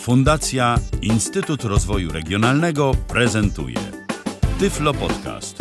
Fundacja Instytut Rozwoju Regionalnego prezentuje Tyflo Podcast.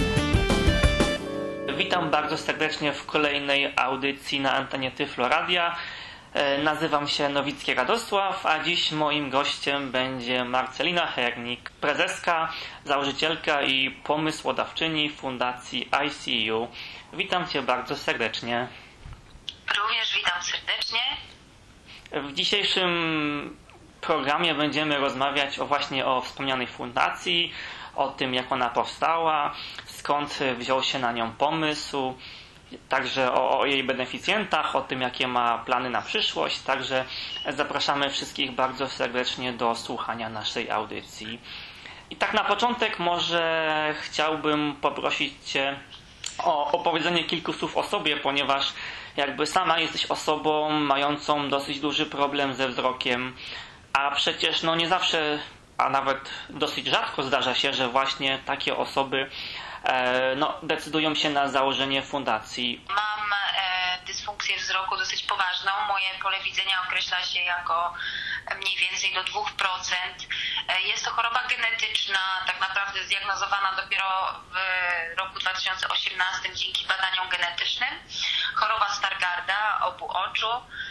Witam bardzo serdecznie w kolejnej audycji na antenie Tyflo Radia. Nazywam się Nowicki Radosław, a dziś moim gościem będzie Marcelina Hernik, prezeska, założycielka i pomysłodawczyni Fundacji ICU. Witam Cię bardzo serdecznie. Również witam serdecznie. W dzisiejszym programie będziemy rozmawiać właśnie o wspomnianej fundacji, o tym, jak ona powstała, skąd wziął się na nią pomysł, także o jej beneficjentach, o tym, jakie ma plany na przyszłość. Także zapraszamy wszystkich bardzo serdecznie do słuchania naszej audycji. I tak na początek może chciałbym poprosić Cię o opowiedzenie kilku słów o sobie, ponieważ jakby sama jesteś osobą mającą dosyć duży problem ze wzrokiem, a przecież nie zawsze, a nawet dosyć rzadko zdarza się, że właśnie takie osoby decydują się na założenie fundacji. Mam dysfunkcję wzroku dosyć poważną. Moje pole widzenia określa się jako mniej więcej do 2%. Jest to choroba genetyczna, tak naprawdę zdiagnozowana dopiero w roku 2018 dzięki badaniom genetycznym. Choroba Stargarda obu oczu.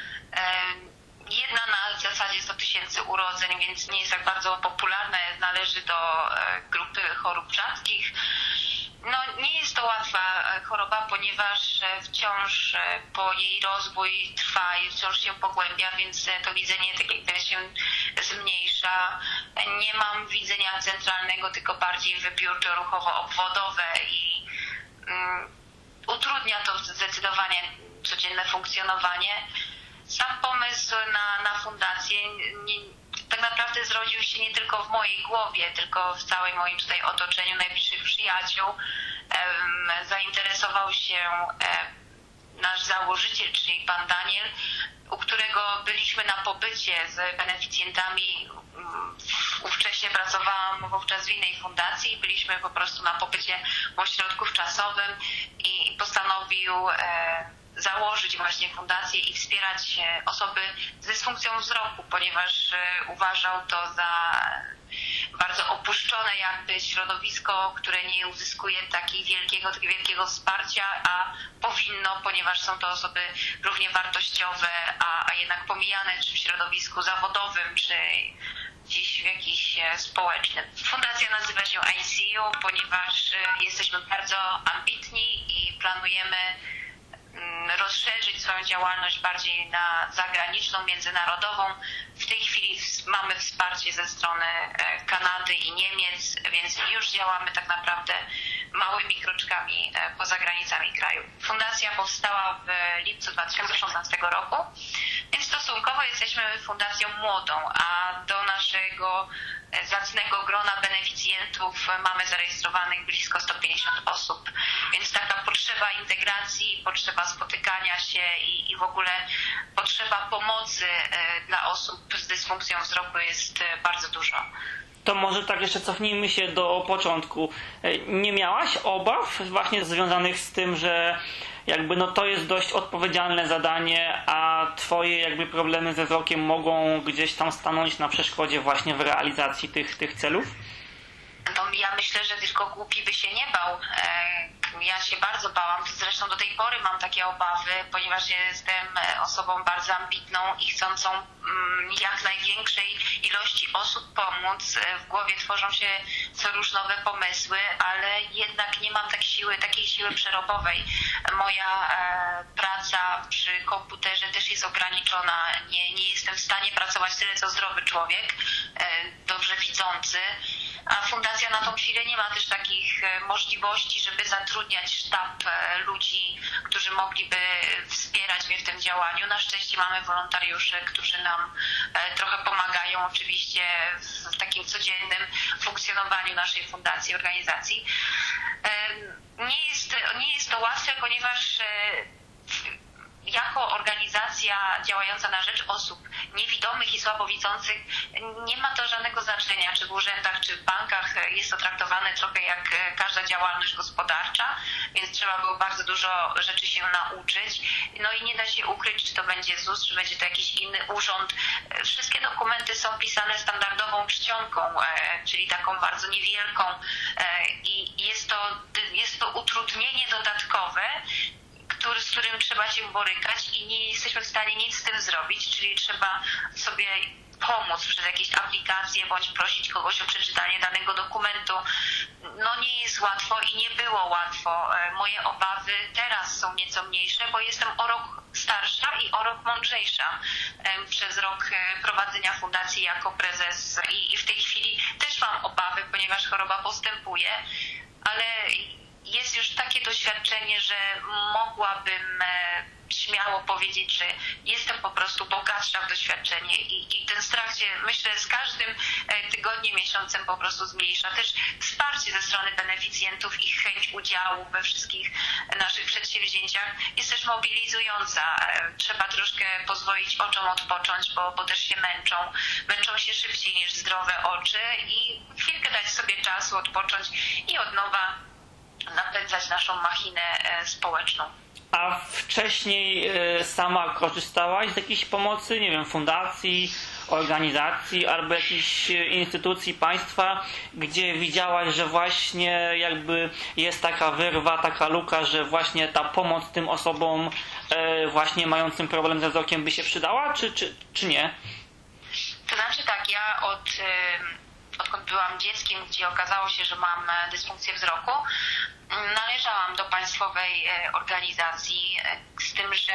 Jedna na zasadzie 100 000 urodzeń, więc nie jest tak bardzo popularna, należy do grupy chorób rzadkich. Nie jest to łatwa choroba, ponieważ wciąż po jej rozwój trwa i wciąż się pogłębia, więc to widzenie tak jakby się zmniejsza. Nie mam widzenia centralnego, tylko bardziej wybiórczo-ruchowo-obwodowe i utrudnia to zdecydowanie codzienne funkcjonowanie. Sam pomysł na fundację tak naprawdę zrodził się nie tylko w mojej głowie, tylko w całym moim tutaj otoczeniu najbliższych przyjaciół. Zainteresował się nasz założyciel, czyli pan Daniel, u którego byliśmy na pobycie z beneficjentami. Ówcześnie pracowałam wówczas w innej fundacji i byliśmy po prostu na pobycie w ośrodku wczasowym i postanowił założyć właśnie fundację i wspierać osoby z dysfunkcją wzroku, ponieważ uważał to za bardzo opuszczone jakby środowisko, które nie uzyskuje takiego wielkiego wsparcia, a powinno, ponieważ są to osoby równie wartościowe, a jednak pomijane czy w środowisku zawodowym, czy gdzieś w jakiś społecznym. Fundacja nazywa się ICU, ponieważ jesteśmy bardzo ambitni i planujemy rozszerzyć swoją działalność bardziej na zagraniczną, międzynarodową. W tej chwili mamy wsparcie ze strony Kanady i Niemiec, więc już działamy tak naprawdę małymi kroczkami poza granicami kraju. Fundacja powstała w lipcu 2016 roku, więc stosunkowo jesteśmy fundacją młodą, a do naszego zacnego grona beneficjentów mamy zarejestrowanych blisko 150 osób, więc taka potrzeba integracji, potrzeba spotykania się i w ogóle potrzeba pomocy dla osób z dysfunkcją wzroku jest bardzo dużo. To może tak jeszcze cofnijmy się do początku. Nie miałaś obaw właśnie związanych z tym, że jakby to jest dość odpowiedzialne zadanie, a twoje jakby problemy ze wzrokiem mogą gdzieś tam stanąć na przeszkodzie właśnie w realizacji tych celów? Ja myślę, że tylko głupi by się nie bał. Ja się bardzo bałam, zresztą do tej pory mam takie obawy, ponieważ jestem osobą bardzo ambitną i chcącą jak największej ilości osób pomóc. W głowie tworzą się co róż nowe pomysły, ale jednak nie mam takiej siły przerobowej. Moja praca przy komputerze też jest ograniczona. Nie jestem w stanie pracować tyle, co zdrowy człowiek, dobrze widzący. A fundacja na tą chwilę nie ma też takich możliwości, żeby zatrudniać sztab ludzi, którzy mogliby wspierać mnie w tym działaniu. Na szczęście mamy wolontariuszy, którzy nam trochę pomagają oczywiście w takim codziennym funkcjonowaniu naszej fundacji, organizacji. Nie jest to łatwe, ponieważ jako organizacja działająca na rzecz osób niewidomych i słabowidzących nie ma to żadnego znaczenia, czy w urzędach, czy w bankach. Jest to traktowane trochę jak każda działalność gospodarcza, więc trzeba było bardzo dużo rzeczy się nauczyć. No i nie da się ukryć, czy to będzie ZUS, czy będzie to jakiś inny urząd. Wszystkie dokumenty są pisane standardową czcionką, czyli taką bardzo niewielką, i jest to utrudnienie dodatkowe, z którym trzeba się borykać i nie jesteśmy w stanie nic z tym zrobić, czyli trzeba sobie pomóc przez jakieś aplikacje bądź prosić kogoś o przeczytanie danego dokumentu. No nie jest łatwo i nie było łatwo. Moje obawy teraz są nieco mniejsze, bo jestem o rok starsza i o rok mądrzejsza przez rok prowadzenia fundacji jako prezes i w tej chwili też mam obawy, ponieważ choroba postępuje, ale jest już takie doświadczenie, że mogłabym śmiało powiedzieć, że jestem po prostu bogatsza w doświadczenie i ten strach się, myślę, z każdym tygodniem, miesiącem po prostu zmniejsza. Też wsparcie ze strony beneficjentów, ich chęć udziału we wszystkich naszych przedsięwzięciach jest też mobilizująca. Trzeba troszkę pozwolić oczom odpocząć, bo też się męczą się szybciej niż zdrowe oczy i chwilkę dać sobie czasu, odpocząć i od nowa napędzać naszą machinę społeczną. A wcześniej sama korzystałaś z jakiejś pomocy, nie wiem, fundacji, organizacji albo jakichś instytucji państwa, gdzie widziałaś, że właśnie jakby jest taka wyrwa, taka luka, że właśnie ta pomoc tym osobom właśnie mającym problem ze wzrokiem by się przydała, czy nie? To znaczy tak, ja odkąd byłam dzieckiem, gdzie okazało się, że mam dysfunkcję wzroku, należałam do państwowej organizacji, z tym, że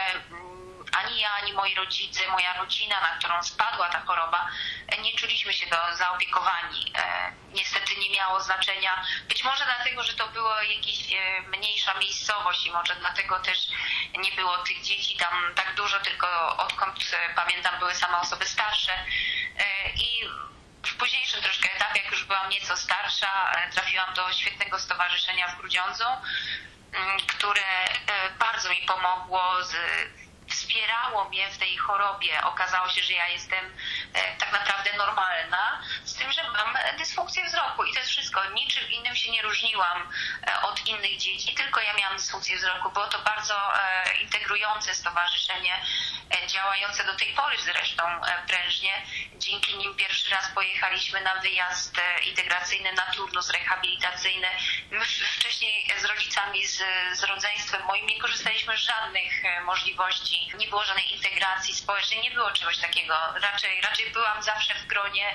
ani ja, ani moi rodzice, moja rodzina, na którą spadła ta choroba, nie czuliśmy się zaopiekowani. Niestety nie miało znaczenia. Być może dlatego, że to była jakaś mniejsza miejscowość i może dlatego też nie było tych dzieci tam tak dużo, tylko odkąd pamiętam były same osoby starsze. I w późniejszym troszkę etapie, jak już byłam nieco starsza, trafiłam do świetnego stowarzyszenia w Grudziądzu, które bardzo mi pomogło, wspierało mnie w tej chorobie. Okazało się, że ja jestem tak naprawdę normalna, z tym, że mam dysfunkcję wzroku i to jest wszystko. Niczym innym się nie różniłam od innych dzieci, tylko ja miałam dysfunkcję wzroku. Było to bardzo integrujące stowarzyszenie, działające do tej pory zresztą prężnie. Dzięki nim pierwszy raz pojechaliśmy na wyjazd integracyjny, na turnus rehabilitacyjny. My wcześniej z rodzicami, z rodzeństwem moim nie korzystaliśmy z żadnych możliwości. Nie było żadnej integracji społecznej, nie było czegoś takiego. Raczej byłam zawsze w gronie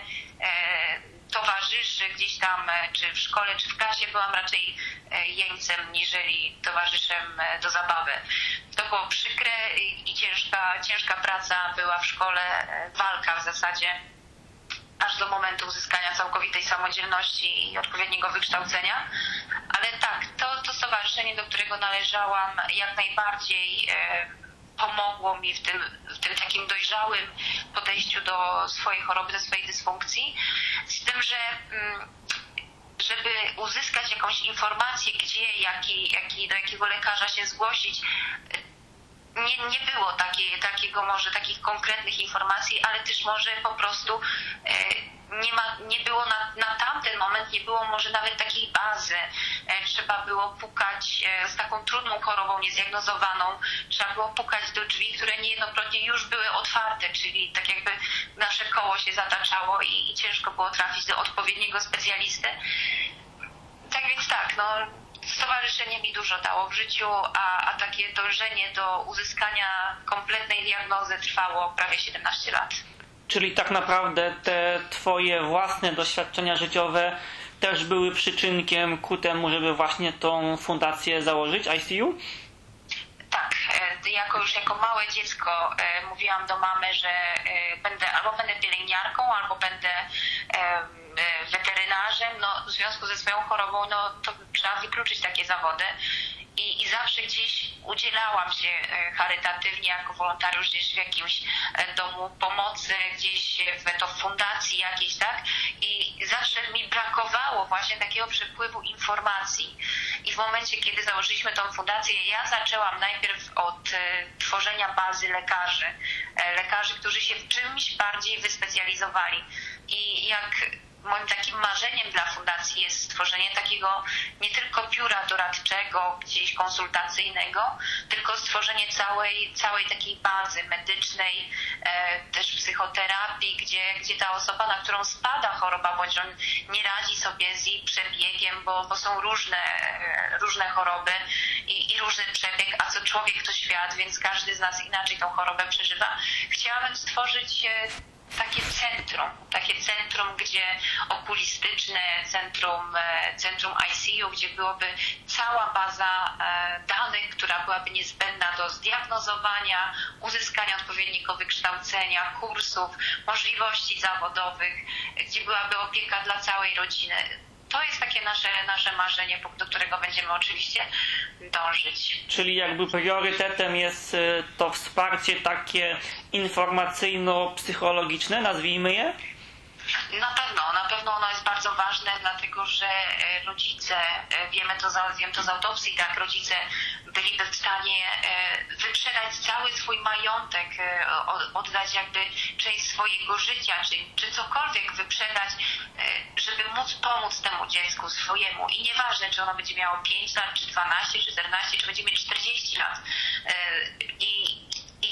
towarzyszy gdzieś tam, czy w szkole, czy w klasie, byłam raczej jeńcem niżeli towarzyszem do zabawy. To było przykre i ciężka praca była w szkole, walka w zasadzie, aż do momentu uzyskania całkowitej samodzielności i odpowiedniego wykształcenia. Ale tak, to stowarzyszenie, do którego należałam, jak najbardziej pomogło mi w tym takim dojrzałym podejściu do swojej choroby, do swojej dysfunkcji. Z tym, że żeby uzyskać jakąś informację, gdzie, do jakiego lekarza się zgłosić, nie było takich konkretnych informacji, ale też może po prostu nie było na tamten moment, nie było może nawet takiej bazy. Trzeba było pukać z taką trudną chorobą niezdiagnozowaną, trzeba było pukać do drzwi, które niejednokrotnie już były otwarte, czyli tak jakby nasze koło się zataczało i ciężko było trafić do odpowiedniego specjalisty. Tak więc tak, stowarzyszenie mi dużo dało w życiu, a takie dążenie do uzyskania kompletnej diagnozy trwało prawie 17 lat. Czyli tak naprawdę te twoje własne doświadczenia życiowe też były przyczynkiem ku temu, żeby właśnie tą fundację założyć, ICU? Tak, jako małe dziecko mówiłam do mamy, że będę pielęgniarką, albo będę weterynarzem. W związku ze swoją chorobą, to trzeba wykluczyć takie zawody. I zawsze gdzieś udzielałam się charytatywnie jako wolontariusz gdzieś w jakimś domu pomocy, gdzieś w fundacji jakiejś, tak? I zawsze mi brakowało właśnie takiego przepływu informacji. i w momencie, kiedy założyliśmy tą fundację, ja zaczęłam najpierw od tworzenia bazy lekarzy, którzy się w czymś bardziej wyspecjalizowali. I jak moim takim marzeniem dla fundacji jest stworzenie takiego nie tylko biura doradczego, gdzieś konsultacyjnego, tylko stworzenie całej takiej bazy medycznej, też psychoterapii, gdzie ta osoba, na którą spada choroba, bądź on nie radzi sobie z jej przebiegiem, bo są różne choroby i różny przebieg, a co człowiek to świat, więc każdy z nas inaczej tą chorobę przeżywa. Chciałabym stworzyć takie centrum, gdzie okulistyczne, centrum ICU, gdzie byłoby cała baza danych, która byłaby niezbędna do zdiagnozowania, uzyskania odpowiedniego wykształcenia, kursów, możliwości zawodowych, gdzie byłaby opieka dla całej rodziny. To jest takie nasze marzenie, do którego będziemy oczywiście dążyć. Czyli jakby priorytetem jest to wsparcie takie informacyjno-psychologiczne, nazwijmy je? Na pewno ono jest bardzo ważne, dlatego że rodzice, wiem to z autopsji, tak, rodzice byliby w stanie wyprzedać cały swój majątek, oddać jakby część swojego życia, czy cokolwiek wyprzedać, żeby móc pomóc temu dziecku swojemu. I nieważne, czy ono będzie miało 5 lat, czy 12, czy 14, czy będzie mieć 40 lat. I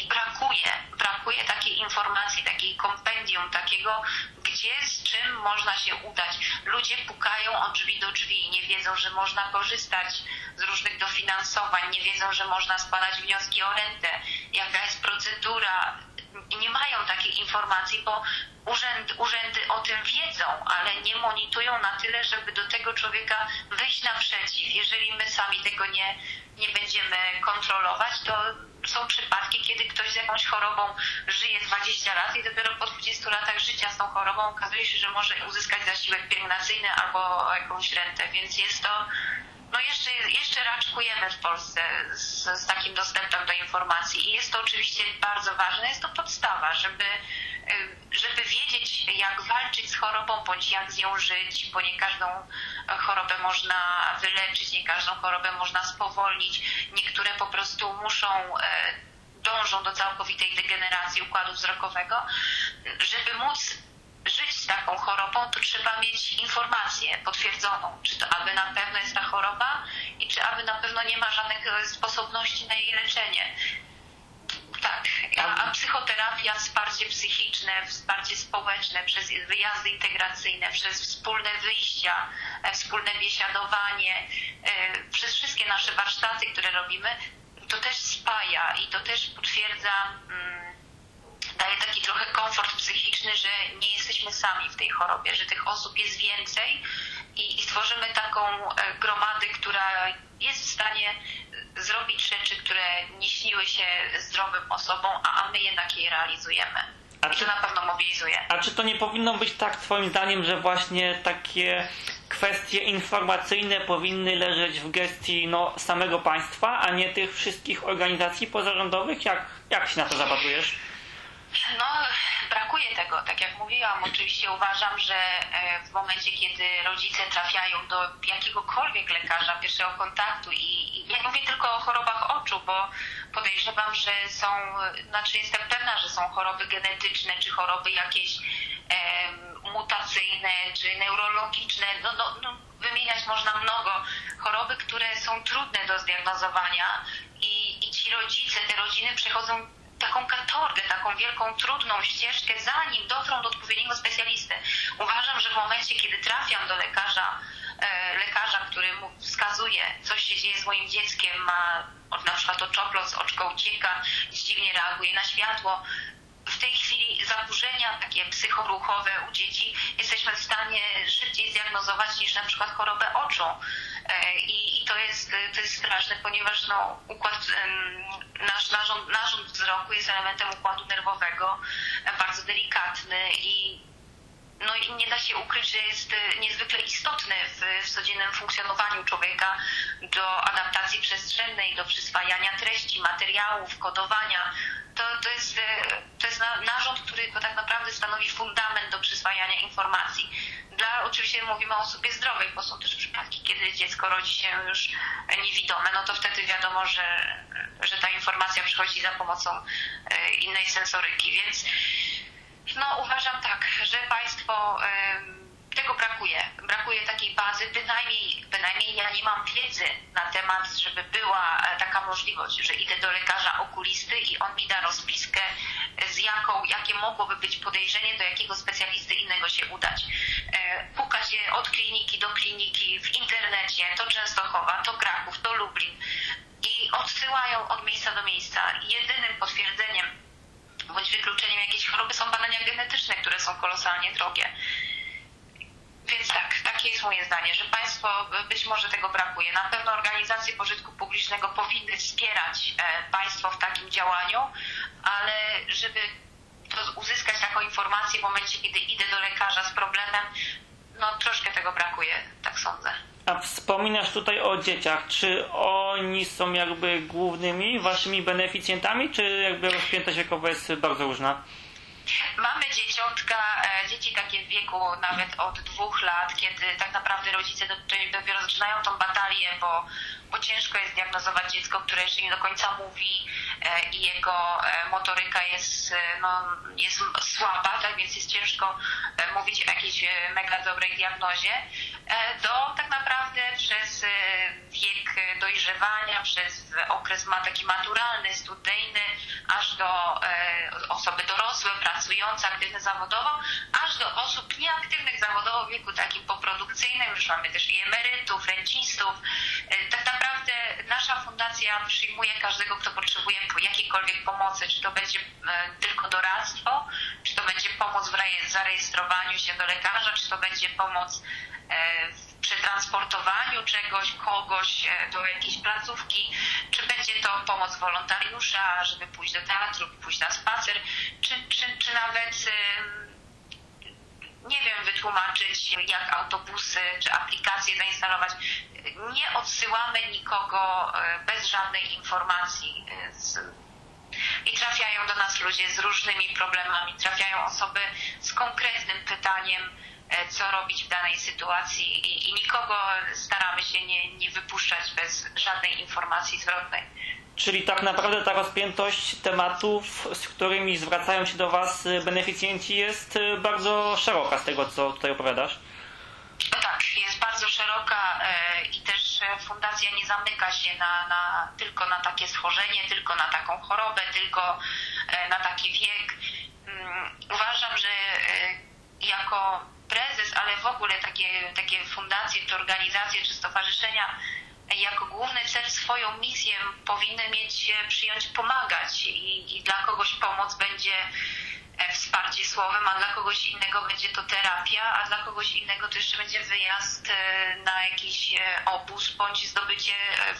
brakuje takiej informacji, takiej kompendium, takiego, gdzie, z czym można się udać. Ludzie pukają od drzwi do drzwi, nie wiedzą, że można korzystać z różnych dofinansowań, nie wiedzą, że można składać wnioski o rentę, jaka jest procedura. Nie mają takiej informacji, bo urzędy o tym wiedzą, ale nie monitorują na tyle, żeby do tego człowieka wyjść naprzeciw. Jeżeli my sami tego nie będziemy kontrolować, to są przypadki, kiedy ktoś z jakąś chorobą żyje 20 lat i dopiero po 20 latach życia z tą chorobą okazuje się, że może uzyskać zasiłek pielęgnacyjny albo jakąś rentę, więc jest to jeszcze raczkujemy w Polsce z takim dostępem do informacji i jest to oczywiście bardzo ważne, jest to podstawa, żeby wiedzieć, jak walczyć z chorobą, bądź jak z nią żyć, bo nie każdą chorobę można wyleczyć, nie każdą chorobę można spowolnić, niektóre po prostu dążą do całkowitej degeneracji układu wzrokowego. Żeby móc żyć z taką chorobą, to trzeba mieć informację potwierdzoną, czy to aby na pewno jest ta choroba i czy aby na pewno nie ma żadnych sposobności na jej leczenie. Tak, a psychoterapia, wsparcie psychiczne, wsparcie społeczne, przez wyjazdy integracyjne, przez wspólne wyjścia, wspólne biesiadowanie, przez wszystkie nasze warsztaty, które robimy, to też spaja i to też potwierdza, daje taki trochę komfort psychiczny, że nie jesteśmy sami w tej chorobie, że tych osób jest więcej i stworzymy taką gromadę, która jest w stanie zrobić rzeczy, które nie śniły się zdrowym osobom, a my jednak je realizujemy. I to na pewno mobilizuje. A czy to nie powinno być tak twoim zdaniem, że właśnie takie kwestie informacyjne powinny leżeć w gestii samego państwa, a nie tych wszystkich organizacji pozarządowych? Jak się na to zapatrujesz? Brakuje tego. Tak jak mówiłam, oczywiście uważam, że w momencie, kiedy rodzice trafiają do jakiegokolwiek lekarza pierwszego kontaktu i ja mówię tylko o chorobach oczu, bo podejrzewam, że jestem pewna, że są choroby genetyczne, czy choroby jakieś mutacyjne, czy neurologiczne, wymieniać można mnogo. Choroby, które są trudne do zdiagnozowania i ci rodzice, te rodziny przechodzą taką katorgę, taką wielką, trudną ścieżkę, zanim dotrą do odpowiedniego specjalisty. Uważam, że w momencie, kiedy trafiam do lekarza, który mu wskazuje, coś się dzieje z moim dzieckiem, ma na przykład oczoplot, oczko ucieka, dziwnie reaguje na światło, w tej chwili zaburzenia takie psychoruchowe u dzieci jesteśmy w stanie szybciej zdiagnozować niż na przykład chorobę oczu. I to jest straszne, ponieważ narząd wzroku jest elementem układu nerwowego, bardzo delikatny i nie da się ukryć, że jest niezwykle istotny w codziennym funkcjonowaniu człowieka do adaptacji przestrzennej, do przyswajania treści, materiałów, kodowania. To jest narząd, który tak naprawdę stanowi fundament do przyswajania informacji. Oczywiście mówimy o osobie zdrowej, bo są też przypadki, kiedy dziecko rodzi się już niewidome, no to wtedy wiadomo, że ta informacja przychodzi za pomocą innej sensoryki, więc no uważam tak, że państwo tego brakuje. Brakuje takiej bazy, bynajmniej ja nie mam wiedzy na temat, żeby była taka możliwość, że idę do lekarza okulisty i on mi da rozpiskę, jakie mogłoby być podejrzenie, do jakiego specjalisty innego się udać. Puka się od kliniki do kliniki w internecie, to Częstochowa, to Kraków, to Lublin i odsyłają od miejsca do miejsca. Jedynym potwierdzeniem bądź wykluczeniem jakiejś choroby są badania genetyczne, które są kolosalnie drogie. Więc tak, takie jest moje zdanie, że państwo być może tego brakuje. Na pewno organizacje pożytku publicznego powinny wspierać państwo w takim działaniu, ale żeby to uzyskać taką informację w momencie, kiedy idę do lekarza z problemem, no troszkę tego brakuje, tak sądzę. A wspominasz tutaj o dzieciach. Czy oni są jakby głównymi waszymi beneficjentami, czy jakby rozpiętość wiekowa jest bardzo różna? Mamy dzieci takie w wieku nawet od 2 lat, kiedy tak naprawdę rodzice dopiero zaczynają tą batalię, bo ciężko jest diagnozować dziecko, które jeszcze nie do końca mówi i jego motoryka jest słaba, tak więc jest ciężko mówić o jakiejś mega dobrej diagnozie, do tak naprawdę przez wiek dojrzewania, przez okres taki maturalny, studyjny, aż do osoby dorosłe, pracujące, aktywne zawodowo, aż do osób nieaktywnych zawodowo w wieku takim poprodukcyjnym. Już mamy też i emerytów, rencistów. Tak naprawdę nasza fundacja przyjmuje każdego, kto potrzebuje jakiejkolwiek pomocy, czy to będzie tylko doradztwo, czy to będzie pomoc w zarejestrowaniu się do lekarza, czy to będzie pomoc w przetransportowaniu kogoś do jakiejś placówki, czy będzie to pomoc wolontariusza, żeby pójść do teatru, pójść na spacer, czy nawet nie wiem, wytłumaczyć, jak autobusy czy aplikacje zainstalować. Nie odsyłamy nikogo bez żadnej informacji. I trafiają do nas ludzie z różnymi problemami, trafiają osoby z konkretnym pytaniem, co robić w danej sytuacji i nikogo staramy się nie wypuszczać bez żadnej informacji zwrotnej. Czyli tak naprawdę ta rozpiętość tematów, z którymi zwracają się do was beneficjenci, jest bardzo szeroka z tego, co tutaj opowiadasz? Tak, jest bardzo szeroka i też fundacja nie zamyka się tylko na takie schorzenie, tylko na taką chorobę, tylko na taki wiek. Uważam, że jako prezes, ale w ogóle takie fundacje, czy organizacje, czy stowarzyszenia jako główny cel swoją misję powinny przyjąć pomagać i dla kogoś pomoc będzie wsparcie słowem, a dla kogoś innego będzie to terapia, a dla kogoś innego to jeszcze będzie wyjazd na jakiś obóz bądź zdobycie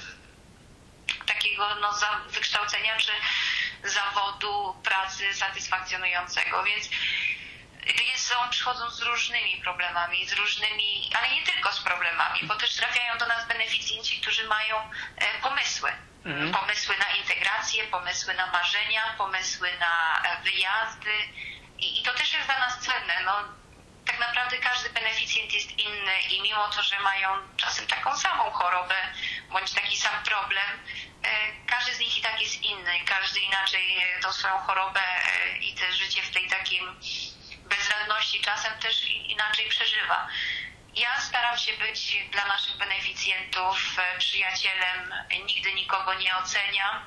takiego wykształcenia czy zawodu pracy satysfakcjonującego, więc przychodzą z różnymi problemami, ale nie tylko z problemami, bo też trafiają do nas beneficjenci, którzy mają pomysły. Pomysły na integrację, pomysły na marzenia, pomysły na wyjazdy i to też jest dla nas cenne. Tak naprawdę każdy beneficjent jest inny i mimo to, że mają czasem taką samą chorobę bądź taki sam problem, każdy z nich i tak jest inny. Każdy inaczej tą swoją chorobę i te życie w tej takim bezradności czasem też inaczej przeżywa. Ja staram się być dla naszych beneficjentów przyjacielem, nigdy nikogo nie oceniam,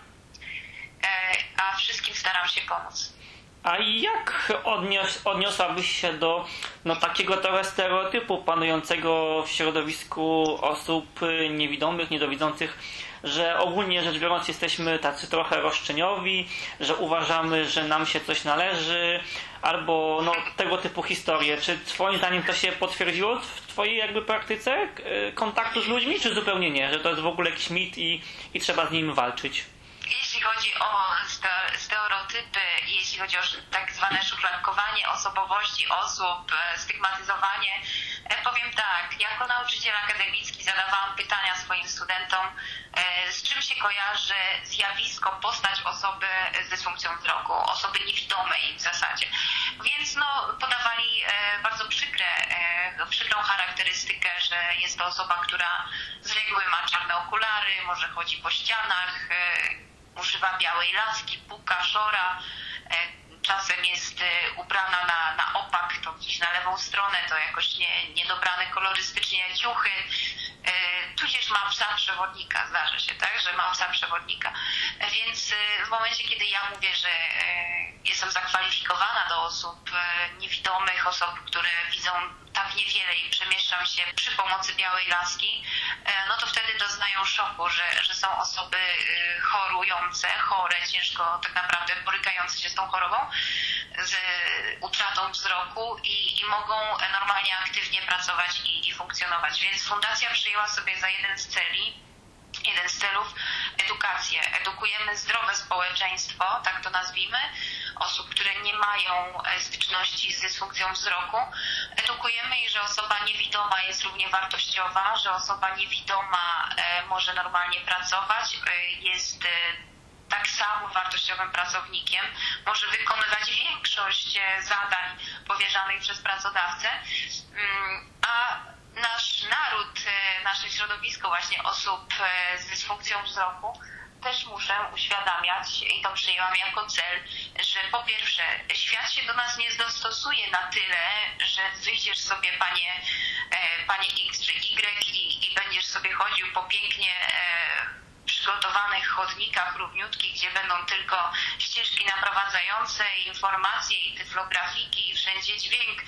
a wszystkim staram się pomóc. A jak odniosłabyś się do takiego trochę stereotypu panującego w środowisku osób niewidomych, niedowidzących, że ogólnie rzecz biorąc jesteśmy tacy trochę roszczeniowi, że uważamy, że nam się coś należy, albo tego typu historie. Czy twoim zdaniem to się potwierdziło w twojej jakby praktyce kontaktu z ludźmi, czy zupełnie nie, że to jest w ogóle jakiś mit i trzeba z nim walczyć? Jeśli chodzi o stereotypy, jeśli chodzi o tak zwane szufladkowanie osobowości osób, stygmatyzowanie, powiem tak, jako nauczyciel akademicki zadawałam pytania swoim studentom, z czym się kojarzy zjawisko, postać osoby z dysfunkcją wzroku, osoby niewidomej w zasadzie. Więc podawali bardzo przykre przykrą charakterystykę, że jest to osoba, która z reguły ma czarne okulary, może chodzi po ścianach, używa białej laski, puka, szora, czasem jest ubrana na opak, to gdzieś na lewą stronę, to jakoś niedobrane kolorystycznie ciuchy, tudzież ma psa przewodnika, zdarza się, tak, że ma psa przewodnika. Więc w momencie, kiedy ja mówię, że jestem zakwalifikowana do osób niewidomych, osób, które widzą tak niewiele i przemieszczam się przy pomocy białej laski, no to wtedy doznają szoku, że są osoby chorujące, chore, ciężko tak naprawdę borykające się z tą chorobą, z utratą wzroku i mogą normalnie, aktywnie pracować i funkcjonować. Więc fundacja przyjęła sobie za jeden z celów edukację. Edukujemy zdrowe społeczeństwo, tak to nazwijmy, osób, które nie mają styczności z dysfunkcją wzroku. Edukujemy ich, że osoba niewidoma jest równie wartościowa, że osoba niewidoma może normalnie pracować, jest tak samo wartościowym pracownikiem, może wykonywać większość zadań powierzanych przez pracodawcę, a nasz naród, nasze środowisko właśnie osób z dysfunkcją wzroku też muszę uświadamiać, i to przyjęłam jako cel, że po pierwsze świat się do nas nie dostosuje na tyle, że wyjdziesz sobie panie X czy Y i będziesz sobie chodził po pięknie przygotowanych chodnikach równiutkich, gdzie będą tylko ścieżki naprowadzające, informacje i tyflografiki i wszędzie dźwięk.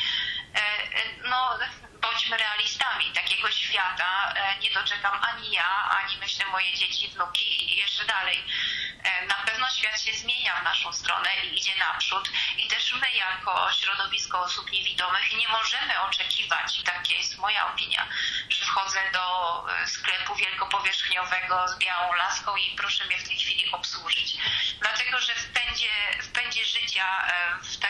No, bądźmy realistami. Takiego świata nie doczekam ani ja, ani myślę moje dzieci, wnuki i jeszcze dalej. Na pewno świat się zmienia w naszą stronę i idzie naprzód i też my jako środowisko osób niewidomych nie możemy oczekiwać, taka jest moja opinia, że wchodzę do sklepu wielkopowierzchniowego z białą laską i proszę mnie w tej chwili obsłużyć. Dlatego, że w pędzie życia, w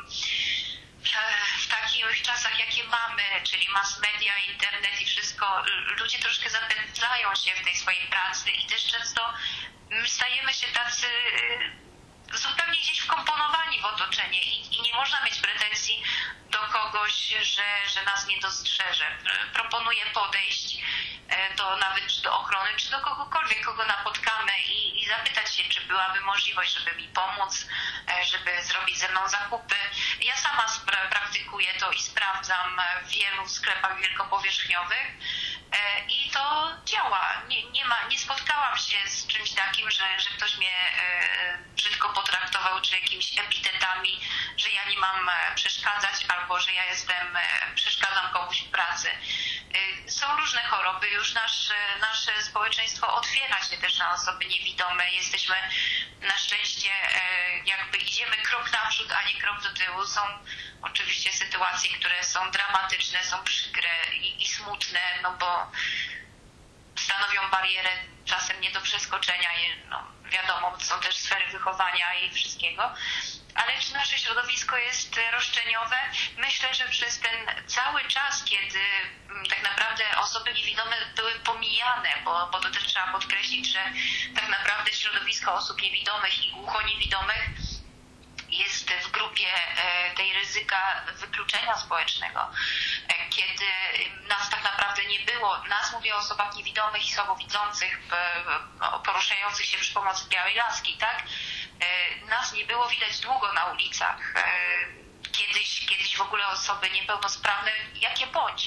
takich czasach, jakie mamy, czyli mass media, internet i wszystko, ludzie troszkę zapędzają się w tej swojej pracy i też często stajemy się tacy zupełnie gdzieś wkomponowani w otoczenie i nie można mieć pretensji do kogoś, że nas nie dostrzeże. Proponuję podejść nawet do ochrony, czy do kogokolwiek, kogo napotkamy i zapytać się, czy byłaby możliwość, żeby mi pomóc, żeby zrobić ze mną zakupy. Ja sama praktykuję to i sprawdzam w wielu sklepach wielkopowierzchniowych i to działa. Nie spotkałam się z czymś takim, że ktoś mnie brzydko potraktował, czy jakimiś epitetami, że ja nie mam przeszkadzać albo że ja przeszkadzam komuś w pracy. Są różne choroby, już nasze społeczeństwo otwiera się też na osoby niewidome. Jesteśmy na szczęście, jakby idziemy krok naprzód, a nie krok do tyłu. Są oczywiście sytuacje, które są dramatyczne, są przykre i smutne, no bo stanowią barierę czasem nie do przeskoczenia. No, wiadomo, są też sfery wychowania i wszystkiego. Ale czy nasze środowisko jest roszczeniowe? Myślę, że przez ten cały czas, kiedy tak naprawdę osoby niewidome były pomijane, bo to też trzeba podkreślić, że tak naprawdę środowisko osób niewidomych i głuchoniewidomych jest w grupie tej ryzyka wykluczenia społecznego. Kiedy nas tak naprawdę nie było, mówię o osobach niewidomych i słabowidzących, poruszających się przy pomocy białej laski, tak? Nas nie było widać długo na ulicach. Kiedyś w ogóle osoby niepełnosprawne, jakie bądź,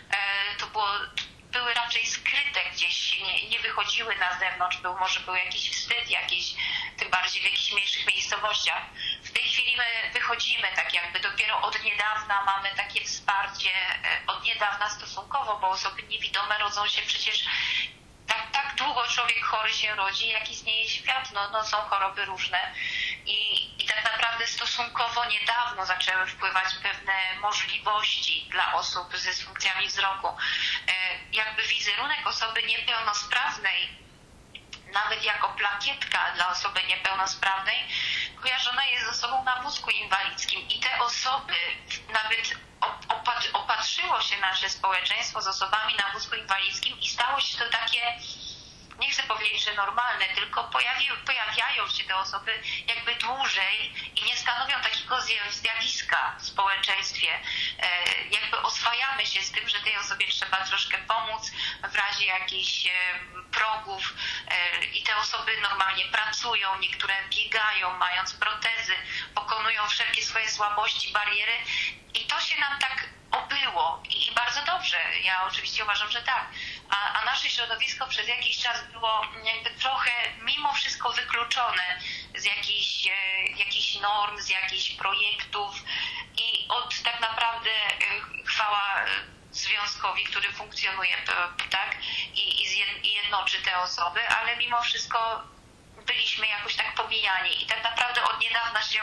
były raczej skryte gdzieś, nie wychodziły na zewnątrz, może był jakiś wstyd, tym bardziej w jakichś mniejszych miejscowościach. W tej chwili my wychodzimy tak jakby dopiero od niedawna, mamy takie wsparcie, od niedawna stosunkowo, bo osoby niewidome rodzą się przecież tak długo człowiek chory się rodzi, jak istnieje świat, no są choroby różne i tak naprawdę stosunkowo niedawno zaczęły wpływać pewne możliwości dla osób z dysfunkcjami wzroku. Jakby wizerunek osoby niepełnosprawnej, nawet jako plakietka dla osoby niepełnosprawnej, kojarzona jest z osobą na wózku inwalidzkim i te osoby nawet opatrzyło się nasze społeczeństwo z osobami na wózku inwalidzkim i stało się to takie, nie chcę powiedzieć, że normalne, tylko pojawiają się te osoby jakby dłużej i nie stanowią takiego zjawiska w społeczeństwie. Jakby oswajamy się z tym, że tej osobie trzeba troszkę pomóc w razie jakichś progów i te osoby normalnie pracują, niektóre biegają, mając protezy, pokonują wszelkie swoje słabości, bariery i to się nam tak obyło i bardzo dobrze. Ja oczywiście uważam, że tak. A nasze środowisko przez jakiś czas było jakby trochę mimo wszystko wykluczone z jakichś norm, z jakichś projektów i od tak naprawdę chwała związkowi, który funkcjonuje, tak, i jednoczy te osoby, ale mimo wszystko byliśmy jakoś tak pomijani i tak naprawdę od niedawna się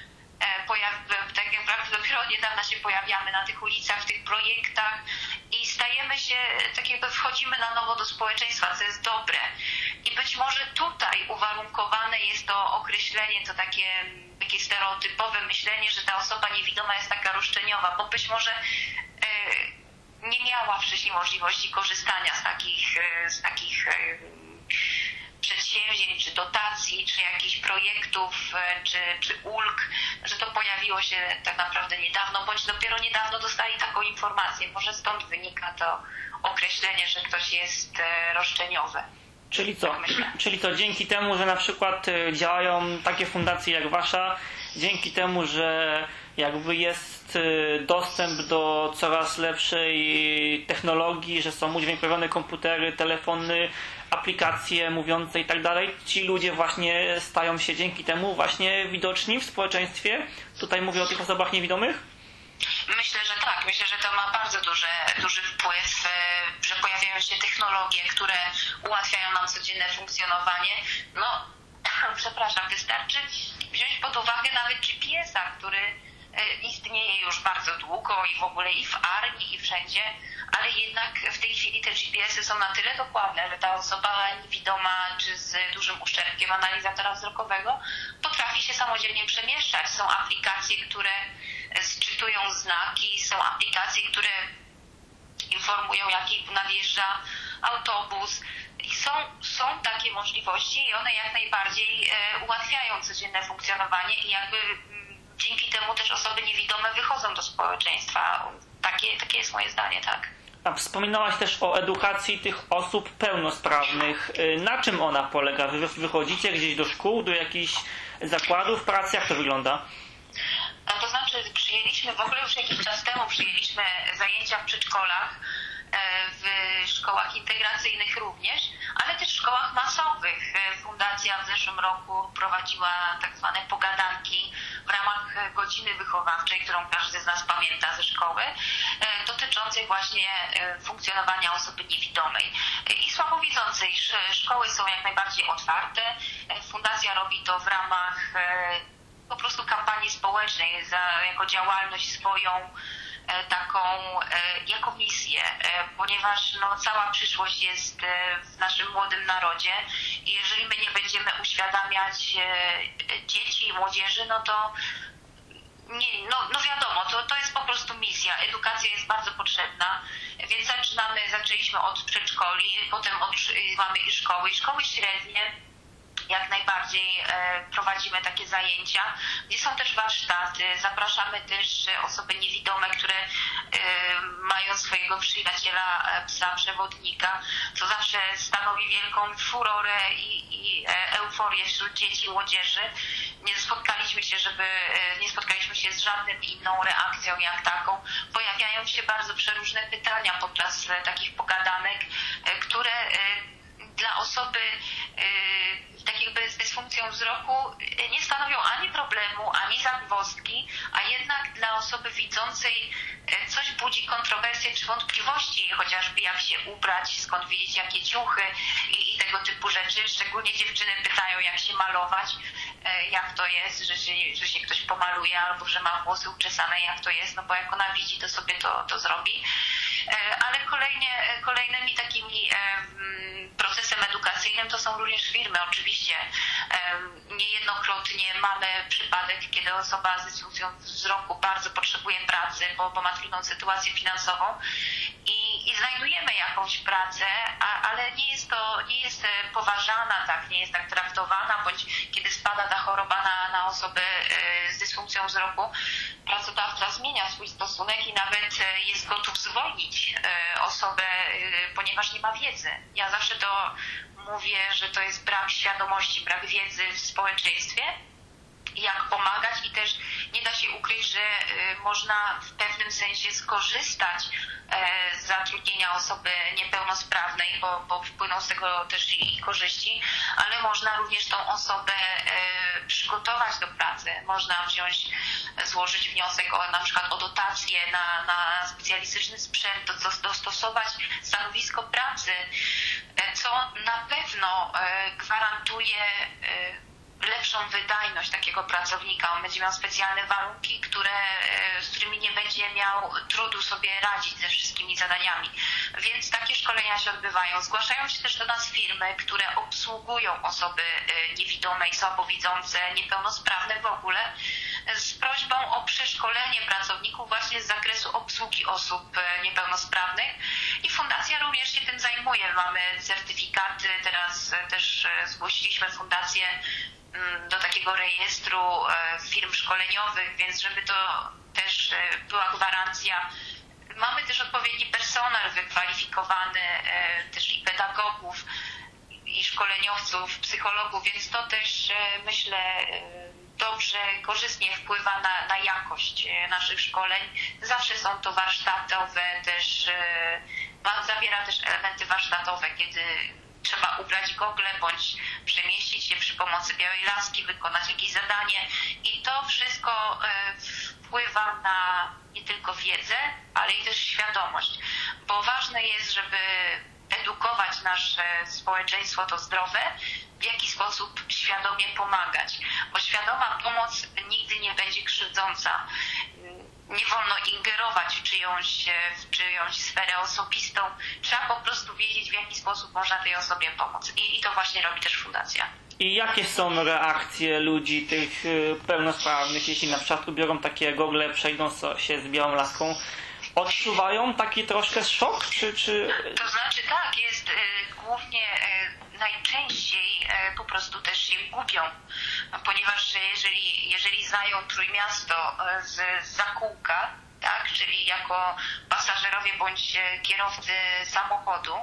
tak naprawdę dopiero od niedawna się pojawiamy na tych ulicach, w tych projektach i stajemy się, tak jakby wchodzimy na nowo do społeczeństwa, co jest dobre. I być może tutaj uwarunkowane jest to określenie, to takie stereotypowe myślenie, że ta osoba niewidoma jest taka roszczeniowa, bo być może nie miała wcześniej możliwości korzystania z takich przedsięwzięć, czy dotacji, czy jakichś projektów, czy ulg, że to pojawiło się tak naprawdę niedawno, bądź dopiero niedawno dostali taką informację. Może stąd wynika to określenie, że ktoś jest roszczeniowy. Czyli co, dzięki temu, że na przykład działają takie fundacje jak wasza, dzięki temu, że jakby jest dostęp do coraz lepszej technologii, że są udźwiękowione komputery, telefony, aplikacje mówiące i tak dalej, ci ludzie właśnie stają się dzięki temu właśnie widoczni w społeczeństwie? Tutaj mówię o tych osobach niewidomych? Myślę, że tak. Myślę, że to ma bardzo duży wpływ, że pojawiają się technologie, które ułatwiają nam codzienne funkcjonowanie. Wystarczy wziąć pod uwagę nawet GPS-a, który istnieje już bardzo długo i w ogóle i w armii, i wszędzie, ale jednak w tej chwili te GPS-y są na tyle dokładne, że ta osoba niewidoma czy z dużym uszczerbkiem analizatora wzrokowego potrafi się samodzielnie przemieszczać. Są aplikacje, które sczytują znaki, są aplikacje, które informują, jaki nadjeżdża autobus. I są takie możliwości i one jak najbardziej ułatwiają codzienne funkcjonowanie i jakby dzięki temu też osoby niewidome wychodzą do społeczeństwa. Takie jest moje zdanie, tak. A wspominałaś też o edukacji tych osób pełnosprawnych. Na czym ona polega? Wy wychodzicie gdzieś do szkół, do jakichś zakładów pracy? Jak to wygląda? To znaczy w ogóle już jakiś czas temu przyjęliśmy zajęcia w przedszkolach, w szkołach integracyjnych również, ale też w szkołach masowych. Fundacja w zeszłym roku prowadziła tak zwane pogadanki w ramach godziny wychowawczej, którą każdy z nas pamięta ze szkoły, dotyczącej właśnie funkcjonowania osoby niewidomej i słabowidzącej. Szkoły są jak najbardziej otwarte. Fundacja robi to w ramach po prostu kampanii społecznej, jako działalność swoją, taką jako misję, ponieważ cała przyszłość jest w naszym młodym narodzie i jeżeli my nie będziemy uświadamiać dzieci i młodzieży, to wiadomo, to jest po prostu misja. Edukacja jest bardzo potrzebna, więc zaczęliśmy od przedszkoli, potem mamy i szkoły średnie. Jak najbardziej prowadzimy takie zajęcia, gdzie są też warsztaty. Zapraszamy też osoby niewidome, które mają swojego przyjaciela, psa przewodnika, co zawsze stanowi wielką furorę i euforię wśród dzieci i młodzieży. Nie spotkaliśmy się z żadną inną reakcją jak taką. Pojawiają się bardzo przeróżne pytania podczas takich pogadanek, które dla osoby tak jakby z dysfunkcją wzroku nie stanowią ani problemu, ani zagwozdki, a jednak dla osoby widzącej coś budzi kontrowersje czy wątpliwości, chociażby jak się ubrać, skąd wiedzieć jakie ciuchy i tego typu rzeczy. Szczególnie dziewczyny pytają, jak się malować, jak to jest, że się ktoś pomaluje albo że ma włosy uczesane, jak to jest, bo jak ona widzi, to sobie to zrobi. Ale kolejnymi takimi procesem edukacyjnym to są również firmy. Oczywiście niejednokrotnie mamy przypadek, kiedy osoba z dysfunkcją wzroku bardzo potrzebuje pracy, bo ma trudną sytuację finansową i znajdujemy jakąś pracę, ale nie jest poważana, tak, nie jest tak traktowana, bądź kiedy spada ta choroba na osobę z dysfunkcją wzroku, pracodawca zmienia swój stosunek i nawet jest gotów zwolnić osobę, ponieważ nie ma wiedzy. Ja zawsze to mówię, że to jest brak świadomości, brak wiedzy w społeczeństwie, jak pomagać i też nie da się ukryć, że można w pewnym sensie skorzystać z zatrudnienia osoby niepełnosprawnej, bo wpłyną z tego też i korzyści, ale można również tą osobę przygotować do pracy. Można złożyć wniosek na przykład o dotację na specjalistyczny sprzęt, dostosować stanowisko pracy, co na pewno gwarantuje lepszą wydajność takiego pracownika. On będzie miał specjalne warunki, z którymi nie będzie miał trudu sobie radzić ze wszystkimi zadaniami. Więc takie szkolenia się odbywają. Zgłaszają się też do nas firmy, które obsługują osoby niewidome i słabowidzące, niepełnosprawne w ogóle, z prośbą o przeszkolenie pracowników właśnie z zakresu obsługi osób niepełnosprawnych. I fundacja również się tym zajmuje. Mamy certyfikaty, teraz też zgłosiliśmy fundację do takiego rejestru firm szkoleniowych, więc żeby to też była gwarancja. Mamy też odpowiedni personel wykwalifikowany, też i pedagogów, i szkoleniowców, psychologów, więc to też myślę dobrze, korzystnie wpływa na jakość naszych szkoleń. Zawsze są to warsztatowe, też zawiera też elementy warsztatowe, kiedy trzeba ubrać gogle bądź przemieścić się przy pomocy białej laski, wykonać jakieś zadanie i to wszystko wpływa na nie tylko wiedzę, ale i też świadomość, bo ważne jest, żeby edukować nasze społeczeństwo to zdrowe, w jaki sposób świadomie pomagać, bo świadoma pomoc nigdy nie będzie krzywdząca. Nie wolno ingerować w czyjąś sferę osobistą. Trzeba po prostu wiedzieć, w jaki sposób można tej osobie pomóc. I to właśnie robi też fundacja. I jakie są reakcje ludzi tych pełnosprawnych, jeśli na przykład biorą takie gogle, przejdą się z białą laską? Odczuwają taki troszkę szok? Czy... To znaczy tak, jest głównie najczęściej po prostu też się gubią, ponieważ jeżeli znają Trójmiasto z zakółka, tak, czyli jako pasażerowie bądź kierowcy samochodu,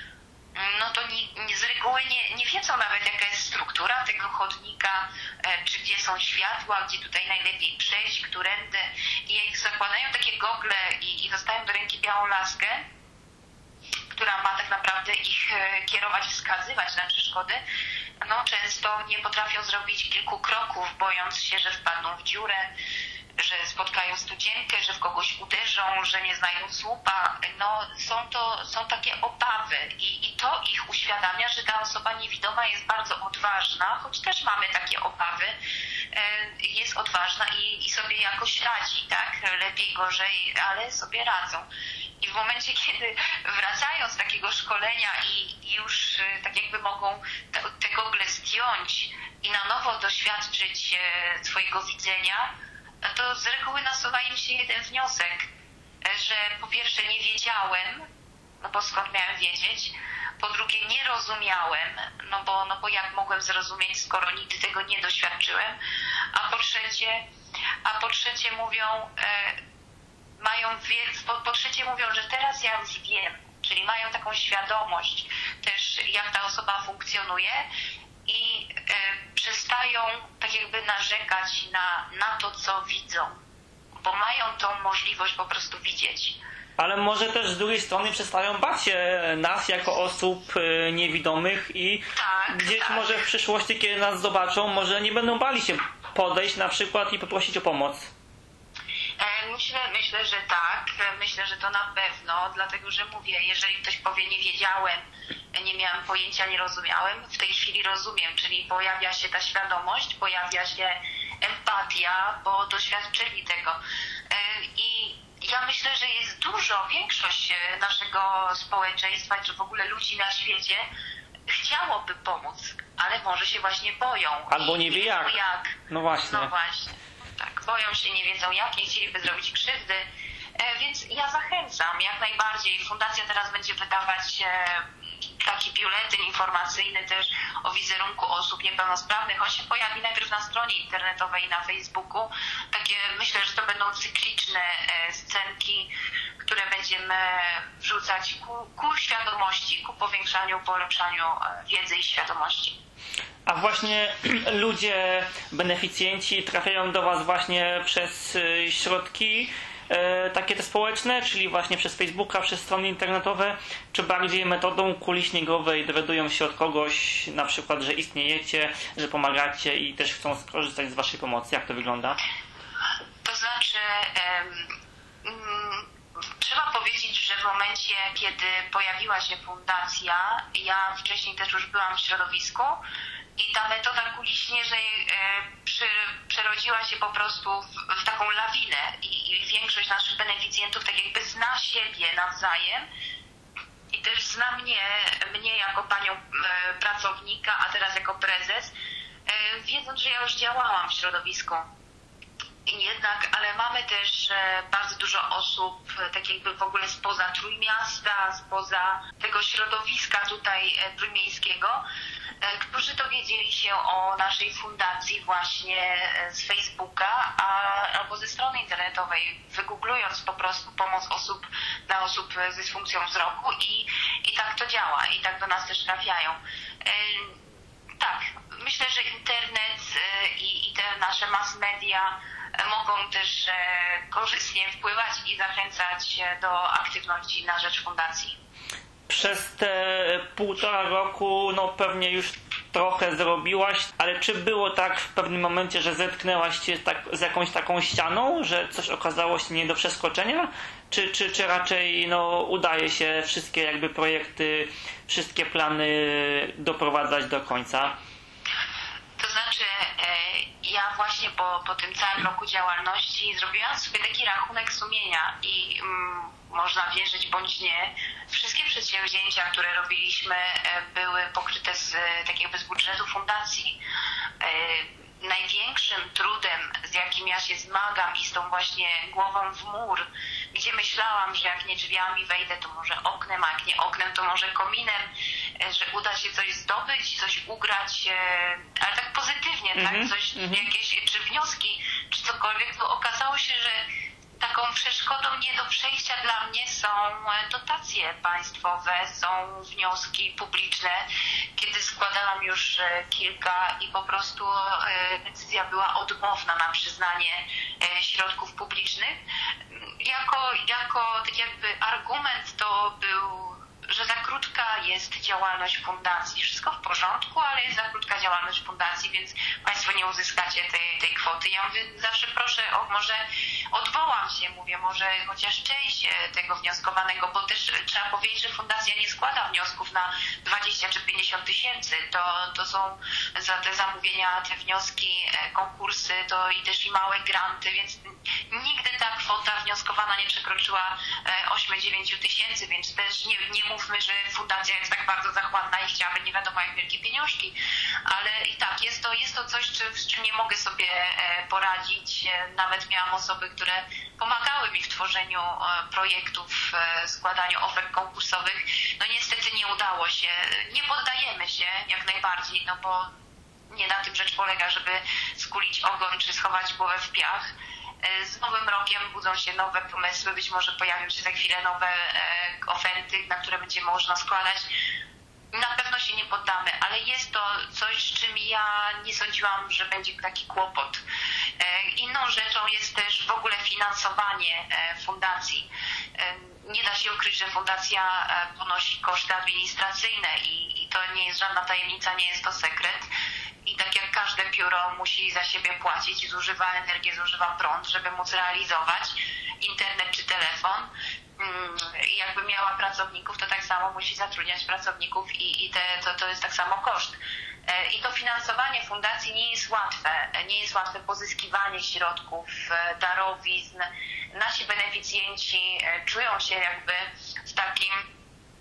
no to z reguły nie wiedzą nawet, jaka jest struktura tego chodnika, czy gdzie są światła, gdzie tutaj najlepiej przejść, którędy. I jak zakładają takie gogle i dostają do ręki białą laskę, która ma tak naprawdę ich kierować, wskazywać na przeszkody, no często nie potrafią zrobić kilku kroków, bojąc się, że wpadną w dziurę, że spotkają studzienkę, że w kogoś uderzą, że nie znajdą słupa. No, są takie obawy i to ich uświadamia, że ta osoba niewidoma jest bardzo odważna, choć też mamy takie obawy, jest odważna i sobie jakoś radzi, tak? Lepiej, gorzej, ale sobie radzą. I w momencie, kiedy wracają z takiego szkolenia i już tak jakby mogą te gogle zdjąć i na nowo doświadczyć swojego widzenia, to z reguły nasuwa im się jeden wniosek, że po pierwsze nie wiedziałem, no bo skąd miałem wiedzieć, po drugie nie rozumiałem, no bo jak mogłem zrozumieć, skoro nigdy tego nie doświadczyłem, a po trzecie mówią, że teraz ja już wiem, czyli mają taką świadomość też, jak ta osoba funkcjonuje i przestają tak jakby narzekać na to, co widzą, bo mają tą możliwość po prostu widzieć. Ale może też z drugiej strony przestają bać się nas jako osób niewidomych i gdzieś może w przyszłości, kiedy nas zobaczą, może nie będą bali się podejść na przykład i poprosić o pomoc. Myślę, że tak. Myślę, że to na pewno, dlatego że mówię, jeżeli ktoś powie nie wiedziałem, nie miałem pojęcia, nie rozumiałem, w tej chwili rozumiem, czyli pojawia się ta świadomość, pojawia się empatia, bo doświadczyli tego. I ja myślę, że jest większość naszego społeczeństwa, czy w ogóle ludzi na świecie chciałoby pomóc, ale może się właśnie boją. Albo nie wie jak. No właśnie. Tak, boją się, nie wiedzą jak, nie chcieliby zrobić krzywdy, więc Więc ja zachęcam jak najbardziej. Fundacja teraz będzie wydawać taki biuletyn informacyjny też o wizerunku osób niepełnosprawnych. On się pojawi najpierw na stronie internetowej i na Facebooku. Takie, myślę, że to będą cykliczne scenki, które będziemy wrzucać ku świadomości, ku powiększaniu, polepszaniu wiedzy i świadomości. A właśnie ludzie, beneficjenci trafiają do Was właśnie przez środki takie te społeczne, czyli właśnie przez Facebooka, przez strony internetowe, czy bardziej metodą kuli śniegowej dowiadują się od kogoś, na przykład, że istniejecie, że pomagacie i też chcą skorzystać z Waszej pomocy? Jak to wygląda? To znaczy, trzeba powiedzieć, że w momencie, kiedy pojawiła się fundacja, ja wcześniej też już byłam w środowisku i ta metoda kuli śnieżnej przerodziła się po prostu w taką lawinę i większość naszych beneficjentów tak jakby zna siebie nawzajem i też zna mnie jako panią pracownika, a teraz jako prezes, wiedząc, że ja już działałam w środowisku. Ale mamy też bardzo dużo osób, tak jakby w ogóle spoza Trójmiasta, spoza tego środowiska tutaj trójmiejskiego, którzy dowiedzieli się o naszej fundacji właśnie z Facebooka albo ze strony internetowej, wygooglując po prostu pomoc dla osób z dysfunkcją wzroku i tak to działa i tak do nas też trafiają. Tak, myślę, że internet i te nasze mass media mogą też korzystnie wpływać i zachęcać do aktywności na rzecz fundacji. Przez te 1,5 roku pewnie już trochę zrobiłaś, ale czy było tak w pewnym momencie, że zetknęłaś się z jakąś taką ścianą, że coś okazało się nie do przeskoczenia? Czy raczej udaje się wszystkie jakby projekty, wszystkie plany doprowadzać do końca? To znaczy, ja właśnie po tym całym roku działalności zrobiłam sobie taki rachunek sumienia i można wierzyć bądź nie, wszystkie przedsięwzięcia, które robiliśmy, były pokryte z budżetu fundacji. Największym trudem, z jakim ja się zmagam i z tą właśnie głową w mur, gdzie myślałam, że jak nie drzwiami wejdę, to może oknem, a jak nie oknem, to może kominem, że uda się coś zdobyć, coś ugrać, ale tak pozytywnie, tak? Coś, jakieś, czy wnioski, czy cokolwiek, to okazało się, że taką przeszkodą nie do przejścia dla mnie są dotacje państwowe, są wnioski publiczne, kiedy składałam już kilka i po prostu decyzja była odmowna na przyznanie środków publicznych. Jako tak jakby argument to był, że za krótka jest działalność fundacji. Wszystko w porządku, ale jest za krótka działalność fundacji, więc Państwo nie uzyskacie tej kwoty. Ja mówię, zawsze proszę, może odwołam się, mówię, może chociaż część tego wnioskowanego, bo też trzeba powiedzieć, że fundacja nie składa wniosków na 20 czy 50 tysięcy. To są za te zamówienia, te wnioski, konkursy, to i też i małe granty, więc nigdy ta kwota wnioskowana nie przekroczyła 8-9 tysięcy, więc też nie mówmy, że fundacja jest tak bardzo zachłanna i chciałaby nie wiadomo jak wielkie pieniążki, ale i tak, jest to coś, z czym nie mogę sobie poradzić. Nawet miałam osoby, które pomagały mi w tworzeniu projektów, składaniu ofert konkursowych. Niestety nie udało się. Nie poddajemy się jak najbardziej, bo nie na tym rzecz polega, żeby skulić ogon czy schować głowę w piach. Z nowym rokiem budzą się nowe pomysły, być może pojawią się za chwilę nowe oferty, na które będzie można składać. Na pewno się nie poddamy, ale jest to coś, z czym ja nie sądziłam, że będzie taki kłopot. Inną rzeczą jest też w ogóle finansowanie fundacji. Nie da się ukryć, że fundacja ponosi koszty administracyjne i to nie jest żadna tajemnica, nie jest to sekret. I tak jak każde biuro musi za siebie płacić, zużywa energię, zużywa prąd, żeby móc realizować internet czy telefon. I jakby miała pracowników, to tak samo musi zatrudniać pracowników i to jest tak samo koszt. I to finansowanie fundacji nie jest łatwe. Nie jest łatwe pozyskiwanie środków, darowizn. Nasi beneficjenci czują się jakby w takim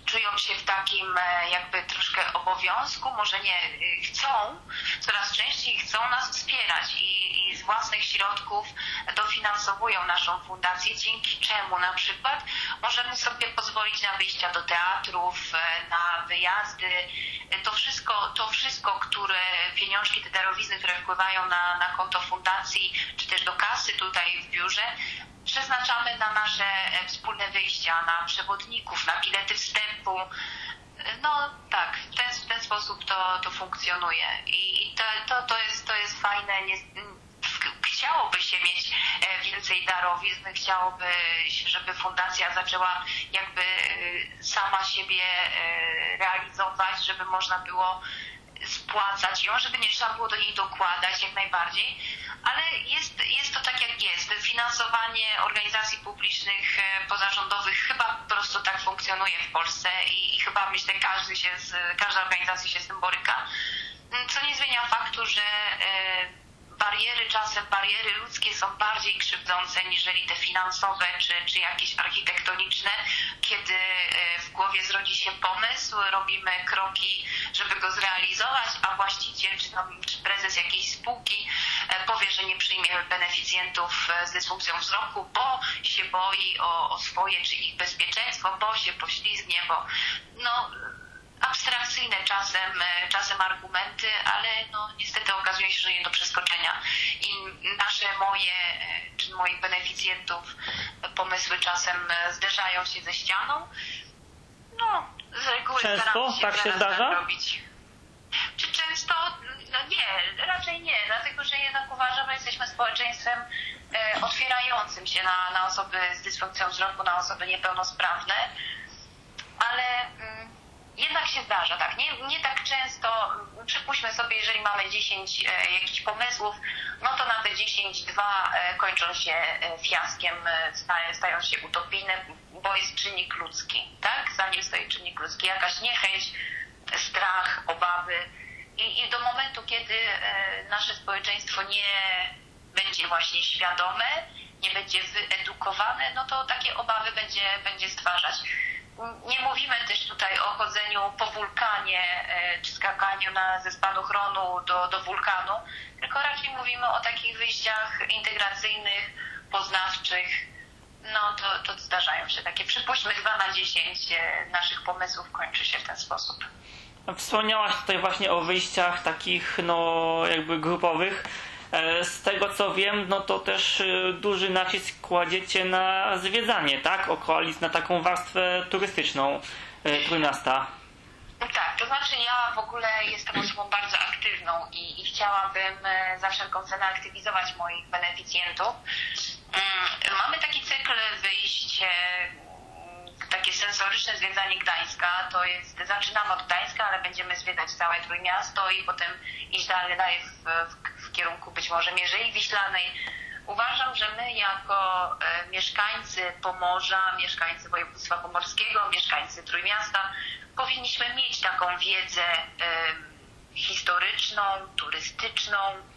czują się w takim jakby troszkę obowiązku, może nie, chcą, coraz częściej chcą nas wspierać i z własnych środków dofinansowują naszą fundację, dzięki czemu na przykład możemy sobie pozwolić na wyjścia do teatrów, na wyjazdy. To wszystko, pieniążki, te darowizny, które wpływają na konto fundacji, czy też do kasy tutaj w biurze, przeznaczamy na nasze wspólne wyjścia, na przewodników, na bilety wstępu. No tak, w ten sposób to funkcjonuje i to jest fajne. Chciałoby się mieć więcej darowizn, chciałoby, żeby fundacja zaczęła jakby sama siebie realizować, żeby można było spłacać ją, żeby nie trzeba było do niej dokładać jak najbardziej, ale jest to tak jak jest. Finansowanie organizacji publicznych, pozarządowych chyba po prostu tak funkcjonuje w Polsce i chyba myślę każda organizacja się z tym boryka, co nie zmienia faktu, że bariery ludzkie są bardziej krzywdzące niżeli te finansowe czy jakieś architektoniczne. Kiedy w głowie zrodzi się pomysł, robimy kroki, żeby go zrealizować, a właściciel czy prezes jakiejś spółki powie, że nie przyjmie beneficjentów z dysfunkcją wzroku, bo się boi o swoje czy ich bezpieczeństwo, bo się poślizgnie, bo abstrakcyjne czasem argumenty, ale niestety okazuje się, że nie do przeskoczenia. I moje czy moich beneficjentów pomysły czasem zderzają się ze ścianą. Z reguły często tak się zdarza? Robić. Czy często? Nie, raczej nie, dlatego że jednak uważam, że jesteśmy społeczeństwem otwierającym się na osoby z dysfunkcją wzroku, na osoby niepełnosprawne, ale jednak się zdarza, tak? Nie tak często. Przypuśćmy sobie, jeżeli mamy 10 jakichś pomysłów, to na te 10 2 kończą się fiaskiem, stają się utopijne, bo jest czynnik ludzki, tak? Za nim stoi czynnik ludzki, jakaś niechęć, strach, obawy i do momentu, kiedy nasze społeczeństwo nie będzie właśnie świadome, nie będzie wyedukowane, to takie obawy będzie stwarzać. Nie mówimy też tutaj o chodzeniu po wulkanie czy skakaniu ze spadochronu do wulkanu, tylko raczej mówimy o takich wyjściach integracyjnych, poznawczych. To zdarzają się takie. Przypuśćmy 2 na 10 naszych pomysłów kończy się w ten sposób. Wspomniałaś tutaj właśnie o wyjściach takich jakby grupowych. Z tego co wiem, to też duży nacisk kładziecie na zwiedzanie, tak? Okolic, na taką warstwę turystyczną Trójmiasta. Tak, to znaczy ja w ogóle jestem osobą bardzo aktywną i chciałabym za wszelką cenę aktywizować moich beneficjentów. Mamy taki cykl wyjść, takie sensoryczne zwiedzanie Gdańska, zaczynamy od Gdańska, ale będziemy zwiedzać całe Trójmiasto i potem iść dalej w kierunku być może Mierzei Wiślanej. Uważam, że my jako mieszkańcy Pomorza, mieszkańcy województwa pomorskiego, mieszkańcy Trójmiasta powinniśmy mieć taką wiedzę historyczną, turystyczną,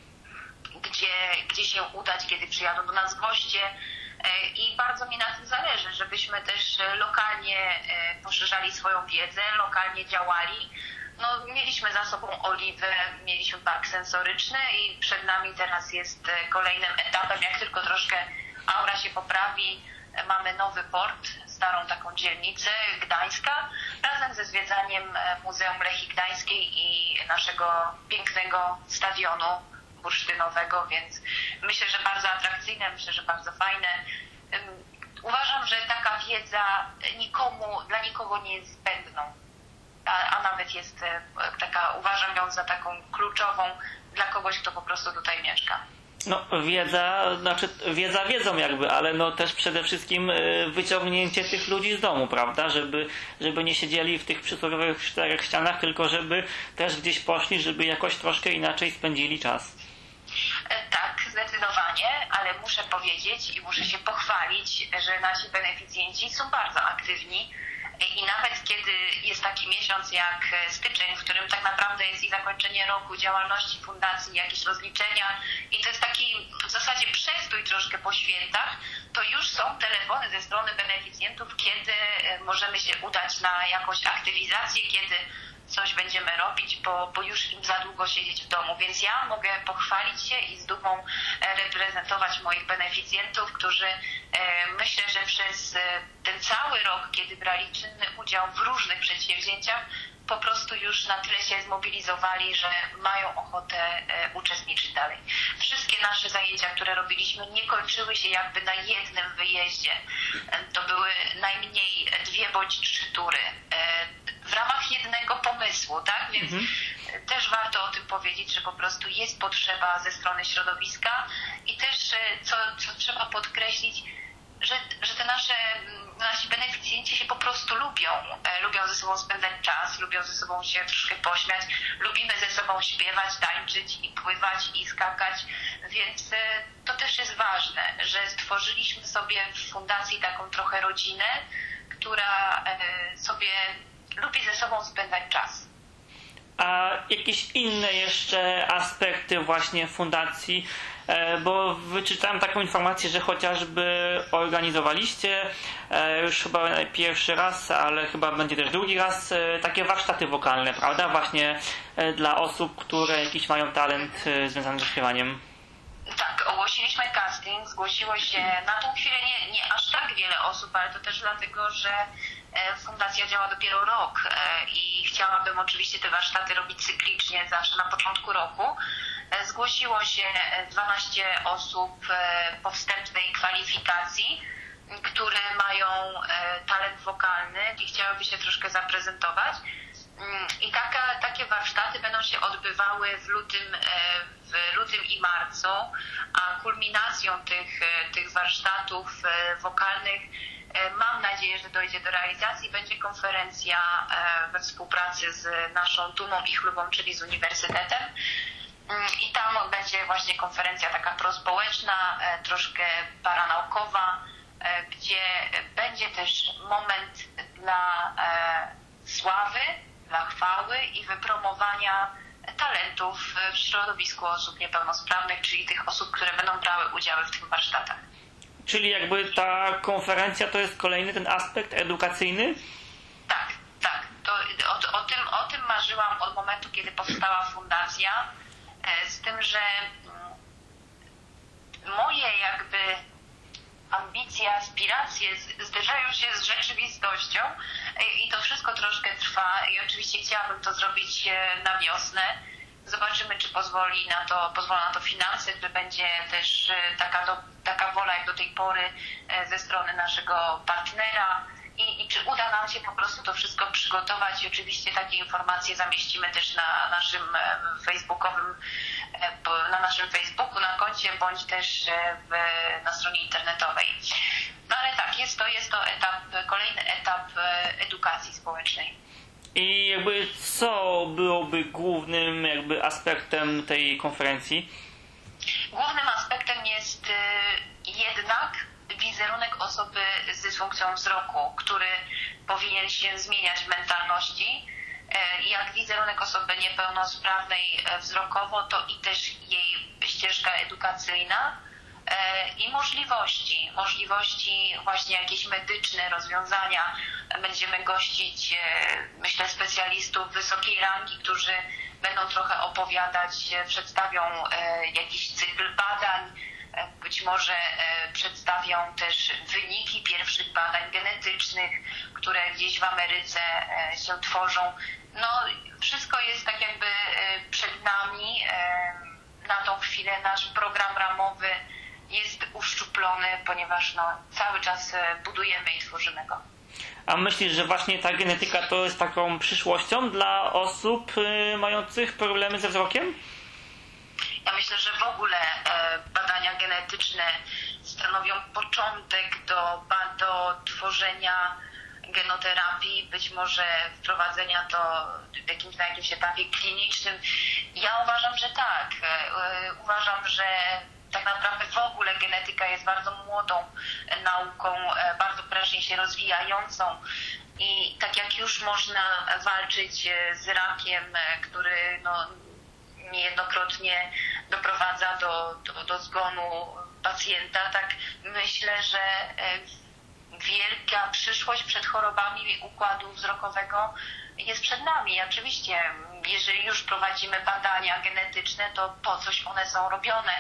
gdzie się udać, kiedy przyjadą do nas goście. I bardzo mi na tym zależy, żebyśmy też lokalnie poszerzali swoją wiedzę, lokalnie działali. Mieliśmy za sobą Oliwę, mieliśmy park sensoryczny i przed nami teraz jest kolejnym etapem, jak tylko troszkę aura się poprawi, mamy nowy port, starą taką dzielnicę Gdańska, razem ze zwiedzaniem Muzeum Lechii Gdańskiej i naszego pięknego stadionu bursztynowego, więc myślę, że bardzo atrakcyjne, myślę, że bardzo fajne. Uważam, że taka wiedza dla nikogo nie jest zbędną, a nawet jest uważam ją za taką kluczową dla kogoś, kto po prostu tutaj mieszka. Wiedza wiedzą jakby, ale też przede wszystkim wyciągnięcie tych ludzi z domu, prawda? Żeby nie siedzieli w tych przysłowiowych 4 ścianach, tylko żeby też gdzieś poszli, żeby jakoś troszkę inaczej spędzili czas. Tak, zdecydowanie, ale muszę powiedzieć i muszę się pochwalić, że nasi beneficjenci są bardzo aktywni i nawet kiedy jest taki miesiąc jak styczeń, w którym tak naprawdę jest i zakończenie roku działalności fundacji, jakieś rozliczenia i to jest taki w zasadzie przestój troszkę po świętach, to już są telefony ze strony beneficjentów, kiedy możemy się udać na jakąś aktywizację, kiedy coś będziemy robić, bo już im za długo siedzieć w domu. Więc ja mogę pochwalić się i z dumą reprezentować moich beneficjentów, którzy myślę, że przez ten cały rok, kiedy brali czynny udział w różnych przedsięwzięciach, po prostu już na tyle się zmobilizowali, że mają ochotę uczestniczyć dalej. Wszystkie nasze zajęcia, które robiliśmy, nie kończyły się jakby na jednym wyjeździe. To były najmniej 2 bądź 3 tury w ramach jednego pomysłu, tak? Więc też warto o tym powiedzieć, że po prostu jest potrzeba ze strony środowiska i też, co trzeba podkreślić, że te nasi beneficjenci się po prostu lubią ze sobą spędzać czas, lubią ze sobą się troszkę pośmiać, lubimy ze sobą śpiewać, tańczyć i pływać i skakać, więc to też jest ważne, że stworzyliśmy sobie w fundacji taką trochę rodzinę, która sobie lubi ze sobą spędzać czas. A jakieś inne jeszcze aspekty właśnie fundacji, bo wyczytałem taką informację, że chociażby organizowaliście już chyba pierwszy raz, ale chyba będzie też drugi raz takie warsztaty wokalne, prawda? Właśnie dla osób, które jakiś mają talent związany ze śpiewaniem. Tak, ogłosiliśmy casting, zgłosiło się na tą chwilę nie aż tak wiele osób, ale to też dlatego, że fundacja działa dopiero rok i chciałabym oczywiście te warsztaty robić cyklicznie, zawsze na początku roku. Zgłosiło się 12 osób po wstępnej kwalifikacji, które mają talent wokalny i chciałyby się troszkę zaprezentować. I takie warsztaty będą się odbywały w lutym i marcu, a kulminacją tych warsztatów wokalnych, mam nadzieję, że dojdzie do realizacji, będzie konferencja we współpracy z naszą dumą i chlubą, czyli z uniwersytetem. I tam będzie właśnie konferencja taka prospołeczna, troszkę paranaukowa, gdzie będzie też moment dla sławy, dla chwały i wypromowania talentów w środowisku osób niepełnosprawnych, czyli tych osób, które będą brały udziały w tych warsztatach. Czyli jakby ta konferencja to jest kolejny ten aspekt edukacyjny? Tak. O tym marzyłam od momentu, kiedy powstała fundacja, z tym, że moje jakby ambicje, aspiracje zderzają się z rzeczywistością i to wszystko troszkę trwa i oczywiście chciałabym to zrobić na wiosnę. Zobaczymy, czy pozwolą na to finanse, czy będzie też taka wola jak do tej pory ze strony naszego partnera i czy uda nam się po prostu to wszystko przygotować. I oczywiście takie informacje zamieścimy też na naszym Facebooku, na koncie, bądź też na stronie internetowej. No ale tak, jest to kolejny etap edukacji społecznej. I jakby co byłoby głównym jakby aspektem tej konferencji? Głównym aspektem jest jednak wizerunek osoby z dysfunkcją wzroku, który powinien się zmieniać w mentalności. Jak wizerunek osoby niepełnosprawnej wzrokowo, to i też jej ścieżka edukacyjna i możliwości właśnie jakieś medyczne rozwiązania. Będziemy gościć, myślę, specjalistów wysokiej rangi, którzy będą trochę opowiadać, przedstawią jakiś cykl badań, być może przedstawią też wyniki pierwszych badań genetycznych, które gdzieś w Ameryce się tworzą. No, wszystko jest tak jakby przed nami. Na tą chwilę nasz program ramowy jest uszczuplony, ponieważ cały czas budujemy i tworzymy go. A myślisz, że właśnie ta genetyka to jest taką przyszłością dla osób mających problemy ze wzrokiem? Ja myślę, że w ogóle badania genetyczne stanowią początek do tworzenia genoterapii, być może wprowadzenia to na jakimś etapie klinicznym. Ja uważam, że tak. Uważam, że tak naprawdę w ogóle genetyka jest bardzo młodą nauką, bardzo prężnie się rozwijającą i tak jak już można walczyć z rakiem, który niejednokrotnie doprowadza do zgonu pacjenta, tak myślę, że wielka przyszłość przed chorobami układu wzrokowego jest przed nami. Oczywiście, jeżeli już prowadzimy badania genetyczne, to po coś one są robione.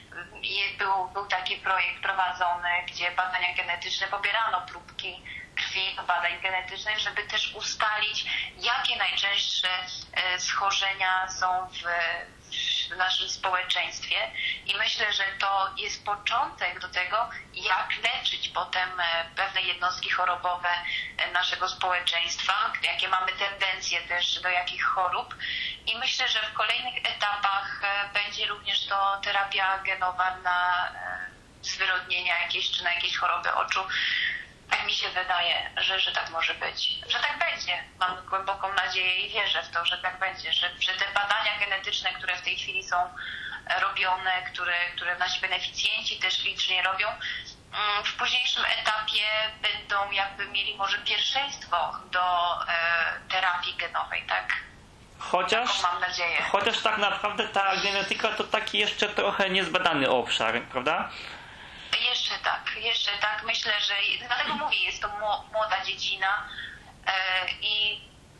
Był taki projekt prowadzony, gdzie badania genetyczne, pobierano próbki krwi do badań genetycznych, żeby też ustalić, jakie najczęstsze schorzenia są w naszym społeczeństwie i myślę, że to jest początek do tego, jak leczyć potem pewne jednostki chorobowe naszego społeczeństwa, jakie mamy tendencje też do jakich chorób i myślę, że w kolejnych etapach będzie również to terapia genowa na zwyrodnienia jakieś czy na jakieś choroby oczu. Tak mi się wydaje, że tak może być, że tak będzie. Mam głęboką nadzieję i wierzę w to, że tak będzie, że te badania genetyczne, które w tej chwili są robione, które nasi beneficjenci też licznie robią, w późniejszym etapie będą jakby mieli może pierwszeństwo do terapii genowej, tak? Taką mam nadzieję. Chociaż tak naprawdę ta genetyka to taki jeszcze trochę niezbadany obszar, prawda? Jeszcze tak. Myślę, że dlatego mówię, jest to młoda dziedzina i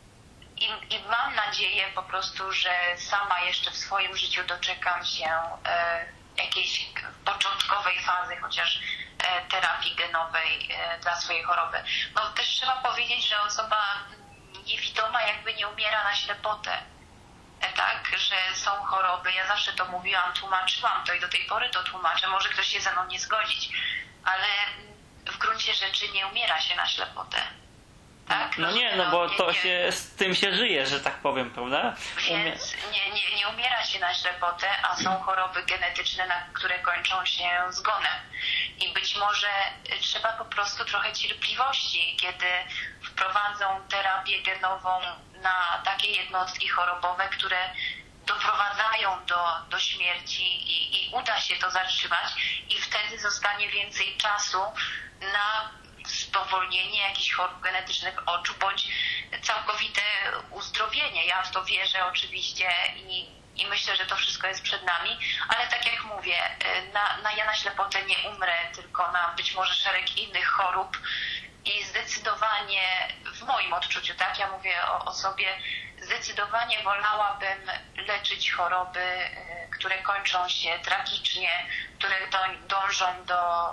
mam nadzieję po prostu, że sama jeszcze w swoim życiu doczekam się jakiejś początkowej fazy chociaż terapii genowej dla swojej choroby. No też trzeba powiedzieć, że osoba niewidoma jakby nie umiera na ślepotę. Tak, że są choroby. Ja zawsze to mówiłam, tłumaczyłam to i do tej pory to tłumaczę. Może ktoś się ze mną nie zgodzić, ale w gruncie rzeczy nie umiera się na ślepotę. Tak? Bo to się z tym się żyje, że tak powiem, prawda? Więc nie umiera się na ślepotę, a są choroby genetyczne, które kończą się zgonem. I być może trzeba po prostu trochę cierpliwości, kiedy wprowadzą terapię genową na takie jednostki chorobowe, które doprowadzają do śmierci i uda się to zatrzymać i wtedy zostanie więcej czasu na spowolnienie jakichś chorób genetycznych oczu bądź całkowite uzdrowienie. Ja w to wierzę oczywiście i myślę, że to wszystko jest przed nami, ale tak jak mówię, ja na ślepotę nie umrę, tylko na być może szereg innych chorób i zdecydowanie w moim odczuciu, tak, ja mówię o sobie, zdecydowanie wolałabym leczyć choroby, które kończą się tragicznie, które dążą do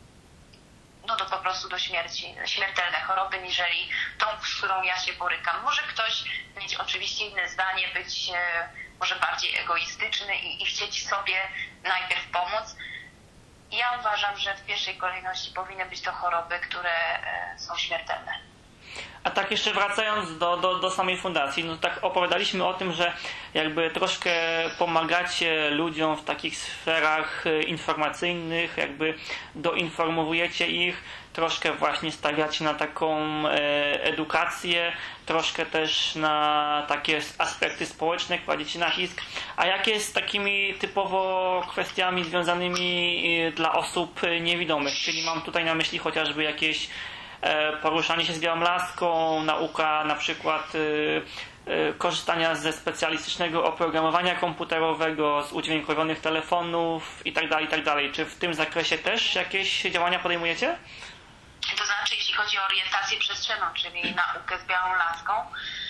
po prostu do śmierci, śmiertelne choroby, niżeli tą, z którą ja się borykam. Może ktoś mieć oczywiście inne zdanie, być może bardziej egoistyczny i chcieć sobie najpierw pomóc. Ja uważam, że w pierwszej kolejności powinny być to choroby, które są śmiertelne. A tak jeszcze wracając do samej fundacji, no tak opowiadaliśmy o tym, że jakby troszkę pomagacie ludziom w takich sferach informacyjnych, jakby doinformowujecie ich, troszkę właśnie stawiacie na taką edukację, troszkę też na takie aspekty społeczne kładziecie nacisk. A jak jest z takimi typowo kwestiami związanymi dla osób niewidomych? Czyli mam tutaj na myśli chociażby jakieś poruszanie się z białą laską, nauka na przykład korzystania ze specjalistycznego oprogramowania komputerowego, z udźwiękowionych telefonów itd. Czy w tym zakresie też jakieś działania podejmujecie? To znaczy, jeśli chodzi o orientację przestrzenną, czyli naukę z białą laską,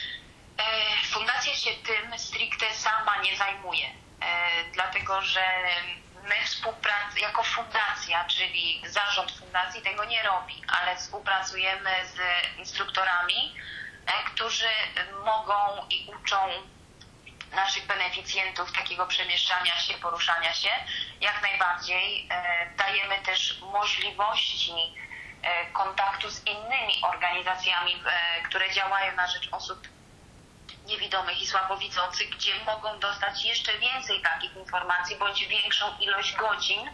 fundacja się tym stricte sama nie zajmuje, dlatego że my jako fundacja, czyli zarząd fundacji tego nie robi, ale współpracujemy z instruktorami, którzy mogą i uczą naszych beneficjentów takiego przemieszczania się, poruszania się. Jak najbardziej dajemy też możliwości kontaktu z innymi organizacjami, które działają na rzecz osób niewidomych i słabowidzących, gdzie mogą dostać jeszcze więcej takich informacji bądź większą ilość godzin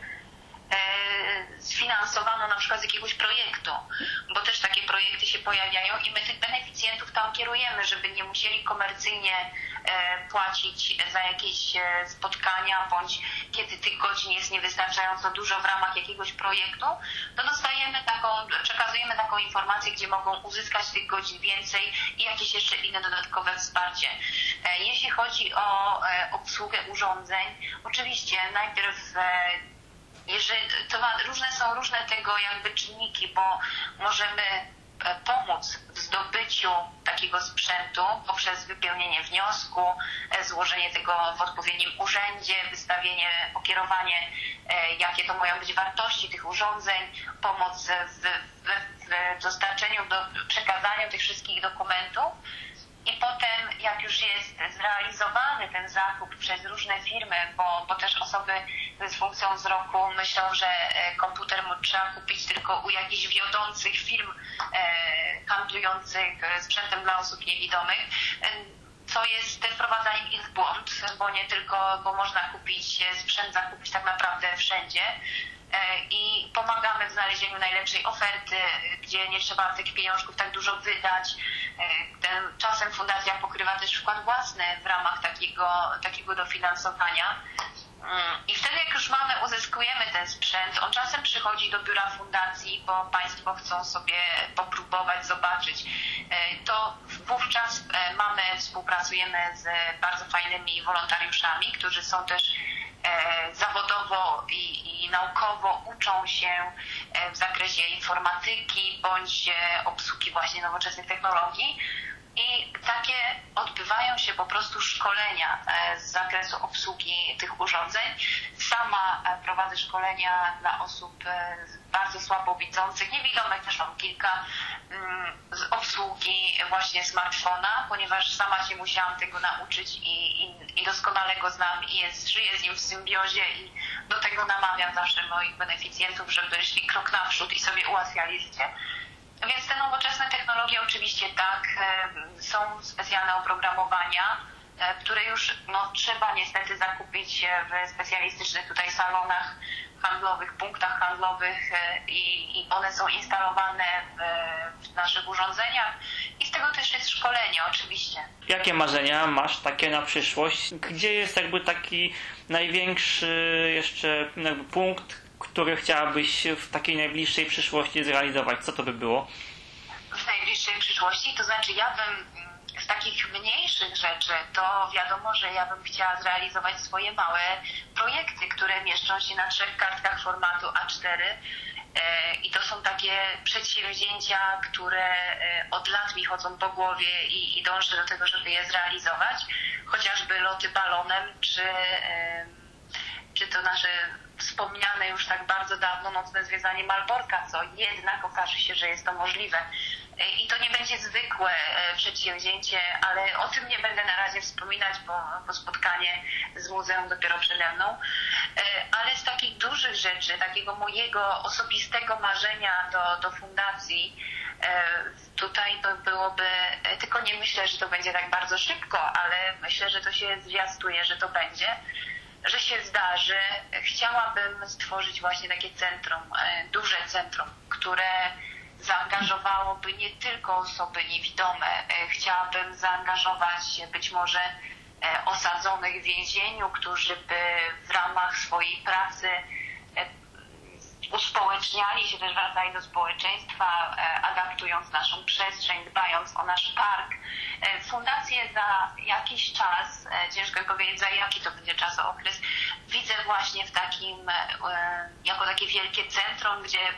sfinansowano na przykład z jakiegoś projektu, bo też takie projekty się pojawiają i my tych beneficjentów tam kierujemy, żeby nie musieli komercyjnie płacić za jakieś spotkania, bądź kiedy tych godzin jest niewystarczająco dużo w ramach jakiegoś projektu, to przekazujemy taką informację, gdzie mogą uzyskać tych godzin więcej i jakieś jeszcze inne dodatkowe wsparcie. Jeśli chodzi o obsługę urządzeń, oczywiście najpierw są różne tego jakby czynniki, bo możemy pomóc w zdobyciu takiego sprzętu poprzez wypełnienie wniosku, złożenie tego w odpowiednim urzędzie, wystawienie, pokierowanie, jakie to mają być wartości tych urządzeń, pomoc w dostarczeniu, przekazaniu tych wszystkich dokumentów. I potem, jak już jest zrealizowany ten zakup przez różne firmy, bo też osoby z dysfunkcją wzroku myślą, że komputer trzeba kupić tylko u jakichś wiodących firm handlujących sprzętem dla osób niewidomych, co jest wprowadzaniem ich w błąd, bo można kupić sprzęt, zakupić tak naprawdę wszędzie. I pomagamy w znalezieniu najlepszej oferty, gdzie nie trzeba tych pieniążków tak dużo wydać. Czasem fundacja pokrywa też wkład własny w ramach takiego dofinansowania. I wtedy, jak już uzyskujemy ten sprzęt, on czasem przychodzi do biura fundacji, bo państwo chcą sobie popróbować, zobaczyć. To wówczas współpracujemy z bardzo fajnymi wolontariuszami, którzy są też zawodowo i naukowo uczą się w zakresie informatyki bądź obsługi właśnie nowoczesnych technologii. I takie odbywają się po prostu szkolenia z zakresu obsługi tych urządzeń. Sama prowadzę szkolenia dla osób bardzo słabo widzących, niewidomych też mam kilka, z obsługi właśnie smartfona, ponieważ sama się musiałam tego nauczyć i doskonale go znam i żyję z nim w symbiozie i do tego namawiam zawsze moich beneficjentów, żeby szli krok naprzód i sobie ułatwiali życie. Więc te nowoczesne technologie oczywiście tak, są specjalne oprogramowania, które już trzeba niestety zakupić w specjalistycznych tutaj salonach handlowych, punktach handlowych i one są instalowane w naszych urządzeniach i z tego też jest szkolenie oczywiście. Jakie marzenia masz takie na przyszłość? Gdzie jest jakby taki największy jeszcze punkt, który chciałabyś w takiej najbliższej przyszłości zrealizować? Co to by było? W najbliższej przyszłości? To znaczy ja bym z takich mniejszych rzeczy, to wiadomo, że ja bym chciała zrealizować swoje małe projekty, które mieszczą się na 3 kartkach formatu A4 i to są takie przedsięwzięcia, które od lat mi chodzą po głowie i dążę do tego, żeby je zrealizować. Chociażby loty balonem, czy to nasze wspomniane już tak bardzo dawno nocne zwiedzanie Malborka, co jednak okaże się, że jest to możliwe. I to nie będzie zwykłe przedsięwzięcie, ale o tym nie będę na razie wspominać, bo spotkanie z muzeum dopiero przede mną. Ale z takich dużych rzeczy, takiego mojego osobistego marzenia do fundacji, tutaj to byłoby, tylko nie myślę, że to będzie tak bardzo szybko, ale myślę, że to się zwiastuje, że to będzie, że się zdarzy. Chciałabym stworzyć właśnie takie centrum, duże centrum, które zaangażowałoby nie tylko osoby niewidome. Chciałabym zaangażować być może osadzonych w więzieniu, którzy by w ramach swojej pracy uspołeczniali się, też wracali do społeczeństwa, adaptując naszą przestrzeń, dbając o nasz park. Fundację za jakiś czas, ciężko powiedzieć za jaki to będzie czasookres, widzę właśnie w takim, jako takie wielkie centrum, gdzie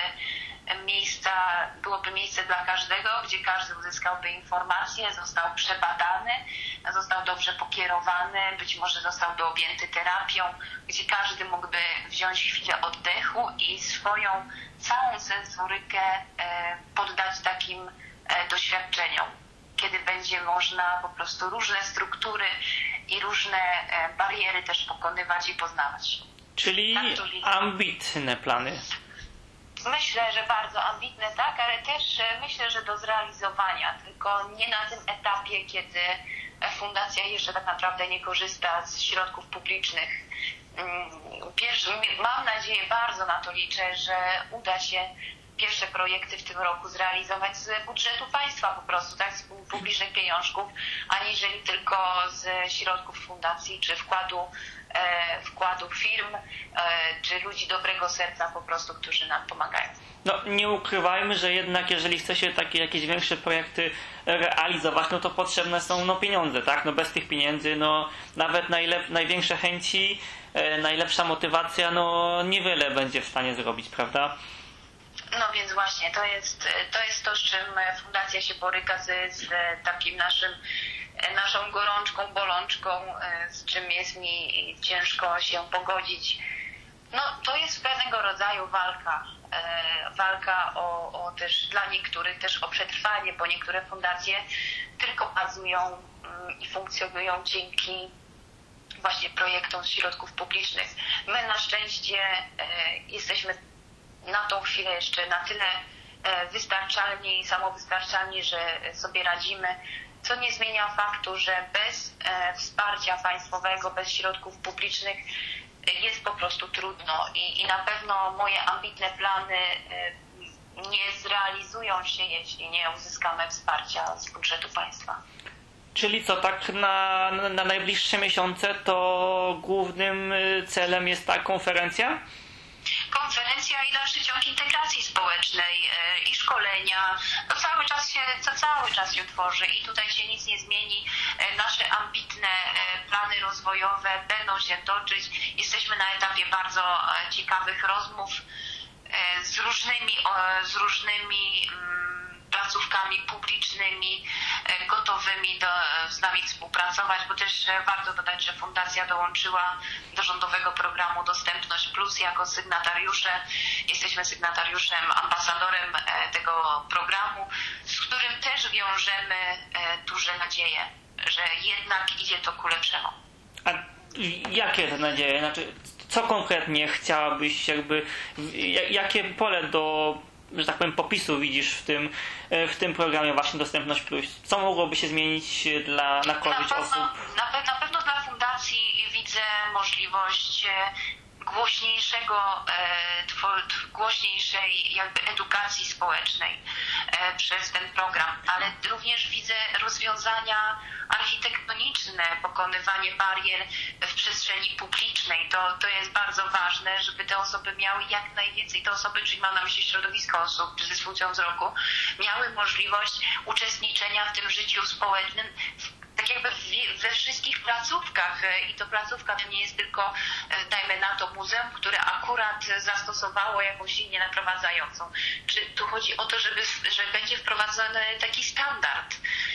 byłoby miejsce dla każdego, gdzie każdy uzyskałby informacje, został przebadany, został dobrze pokierowany, być może zostałby objęty terapią, gdzie każdy mógłby wziąć chwilę oddechu i swoją całą sensorykę poddać takim doświadczeniom, kiedy będzie można po prostu różne struktury i różne bariery też pokonywać i poznawać. Czyli tak ambitne plany. Myślę, że bardzo ambitne, tak, ale też myślę, że do zrealizowania, tylko nie na tym etapie, kiedy fundacja jeszcze tak naprawdę nie korzysta z środków publicznych. Mam nadzieję, bardzo na to liczę, że uda się pierwsze projekty w tym roku zrealizować z budżetu państwa po prostu, tak, z publicznych pieniążków, aniżeli tylko z środków fundacji czy wkładu firm, czy ludzi dobrego serca po prostu, którzy nam pomagają. No nie ukrywajmy, że jednak jeżeli chce się takie jakieś większe projekty realizować, no to potrzebne są pieniądze, tak? No bez tych pieniędzy, nawet największe chęci, najlepsza motywacja, niewiele będzie w stanie zrobić, prawda? No więc właśnie, to jest to, z czym fundacja się boryka, z takim naszą gorączką, bolączką, z czym jest mi ciężko się pogodzić. No to jest pewnego rodzaju walka o też dla niektórych też o przetrwanie, bo niektóre fundacje tylko bazują i funkcjonują dzięki właśnie projektom z środków publicznych. My na szczęście jesteśmy na tą chwilę jeszcze na tyle wystarczalni i samowystarczalni, że sobie radzimy, co nie zmienia faktu, że bez wsparcia państwowego, bez środków publicznych jest po prostu trudno i na pewno moje ambitne plany nie zrealizują się, jeśli nie uzyskamy wsparcia z budżetu państwa. Czyli co, tak na najbliższe miesiące to głównym celem jest ta konferencja? Konferencja i dalszy ciąg integracji społecznej i szkolenia. To cały czas się tworzy i tutaj się nic nie zmieni. Nasze ambitne plany rozwojowe będą się toczyć. Jesteśmy na etapie bardzo ciekawych rozmów z różnymi placówkami publicznymi gotowymi z nami współpracować, bo też warto dodać, że Fundacja dołączyła do rządowego programu Dostępność Plus jako sygnatariusze. Jesteśmy sygnatariuszem, ambasadorem tego programu, z którym też wiążemy duże nadzieje, że jednak idzie to ku lepszemu. A jakie te nadzieje? Znaczy, co konkretnie chciałabyś jakie pole do, że tak powiem, popisu widzisz w tym programie właśnie Dostępność Plus? Co mogłoby się zmienić na korzyść osób? Na pewno dla fundacji widzę możliwość głośniejszej jakby edukacji społecznej przez ten program, ale również widzę rozwiązania architektoniczne, pokonywanie barier w przestrzeni publicznej. To jest bardzo ważne, żeby te osoby miały jak najwięcej, te osoby, czyli mam na myśli środowisko osób z dysfunkcją wzroku, miały możliwość uczestniczenia w tym życiu społecznym, tak jakby we wszystkich placówkach i to placówka to nie jest tylko, dajmy na to, muzeum, które akurat zastosowało jakąś linię naprowadzającą. Czy tu chodzi o to, że będzie wprowadzony taki standard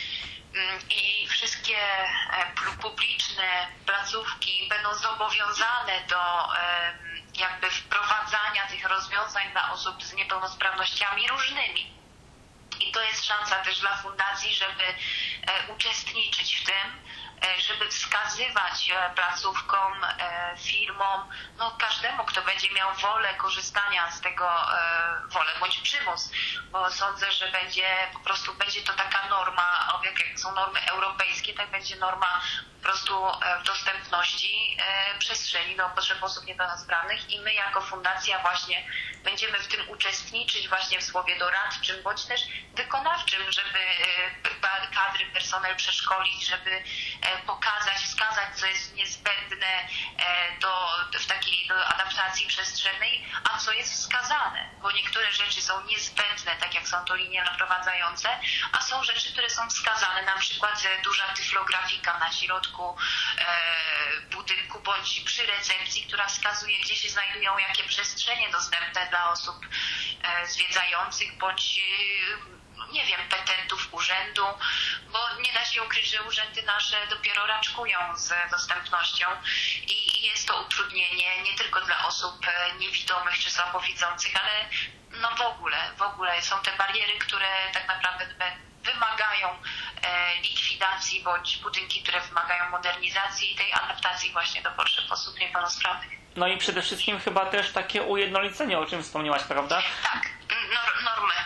i wszystkie publiczne placówki będą zobowiązane do jakby wprowadzania tych rozwiązań dla osób z niepełnosprawnościami różnymi. I to jest szansa też dla fundacji, żeby uczestniczyć w tym, żeby wskazywać placówkom, firmom, każdemu, kto będzie miał wolę korzystania z tego, wolę bądź przymus, bo sądzę, że będzie to taka norma, jak są normy europejskie, tak będzie norma po prostu dostępności przestrzeni do potrzeb osób niepełnosprawnych i my jako fundacja właśnie będziemy w tym uczestniczyć właśnie w słowie doradczym, bądź też wykonawczym, żeby kadry, personel przeszkolić, żeby pokazać, wskazać, co jest niezbędne do adaptacji przestrzennej, a co jest wskazane, bo niektóre rzeczy są niezbędne, tak jak są to linie naprowadzające, a są rzeczy, które są wskazane, na przykład duża tyflografika na środku budynku bądź przy recepcji, która wskazuje, gdzie się znajdują jakie przestrzenie dostępne dla osób zwiedzających bądź nie wiem, petentów urzędu, bo nie da się ukryć, że urzędy nasze dopiero raczkują z dostępnością i jest to utrudnienie nie tylko dla osób niewidomych czy słabowidzących, ale w ogóle są te bariery, które tak naprawdę wymagają likwidacji bądź budynki, które wymagają modernizacji i tej adaptacji właśnie do potrzeb osób niepełnosprawnych. No i przede wszystkim chyba też takie ujednolicenie, o czym wspomniałaś, prawda? Tak, normy, tak.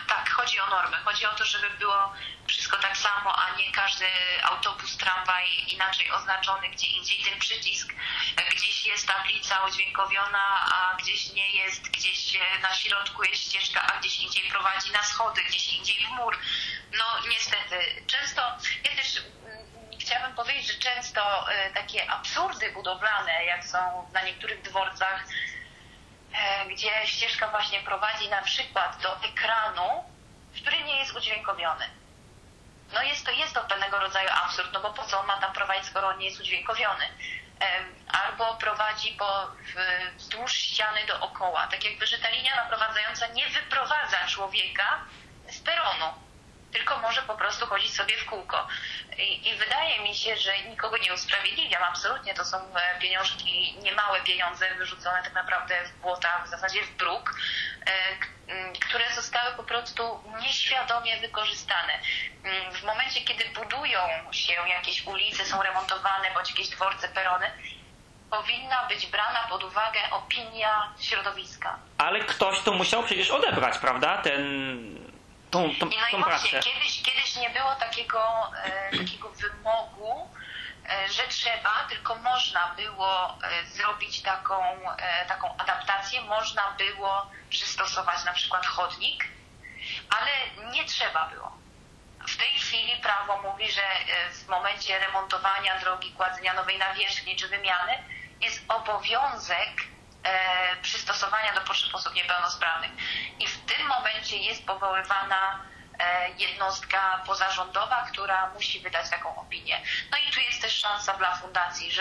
chodzi o normę. Chodzi o to, żeby było wszystko tak samo, a nie każdy autobus, tramwaj inaczej oznaczony, gdzie indziej ten przycisk, gdzieś jest tablica udźwiękowiona, a gdzieś nie jest, gdzieś na środku jest ścieżka, a gdzieś indziej prowadzi na schody, gdzieś indziej w mur. No niestety, często, ja też chciałabym powiedzieć, że często takie absurdy budowlane, jak są na niektórych dworcach, gdzie ścieżka właśnie prowadzi na przykład do ekranu, który nie jest udźwiękowiony. No jest to pewnego rodzaju absurd, no bo po co on ma tam prowadzić, skoro on nie jest udźwiękowiony? Albo prowadzi wzdłuż ściany dookoła. Tak jakby, że ta linia naprowadzająca nie wyprowadza człowieka z peronu, tylko może po prostu chodzić sobie w kółko. I wydaje mi się, że nikogo nie usprawiedliwiam. Absolutnie to są pieniążki, niemałe pieniądze wyrzucone tak naprawdę w błotach, w zasadzie w bruk, które zostały po prostu nieświadomie wykorzystane. W momencie, kiedy budują się jakieś ulice, są remontowane, bądź jakieś dworce, perony, powinna być brana pod uwagę opinia środowiska. Ale ktoś to musiał przecież odebrać, prawda? Tą pracę. Kiedyś nie było takiego wymogu, że trzeba, tylko można było zrobić taką adaptację, można było przystosować na przykład chodnik, ale nie trzeba było. W tej chwili prawo mówi, że w momencie remontowania drogi, kładzenia nowej nawierzchni czy wymiany jest obowiązek przystosowania do potrzeb osób niepełnosprawnych. I w tym momencie jest powoływana jednostka pozarządowa, która musi wydać taką opinię. No i tu jest też szansa dla fundacji,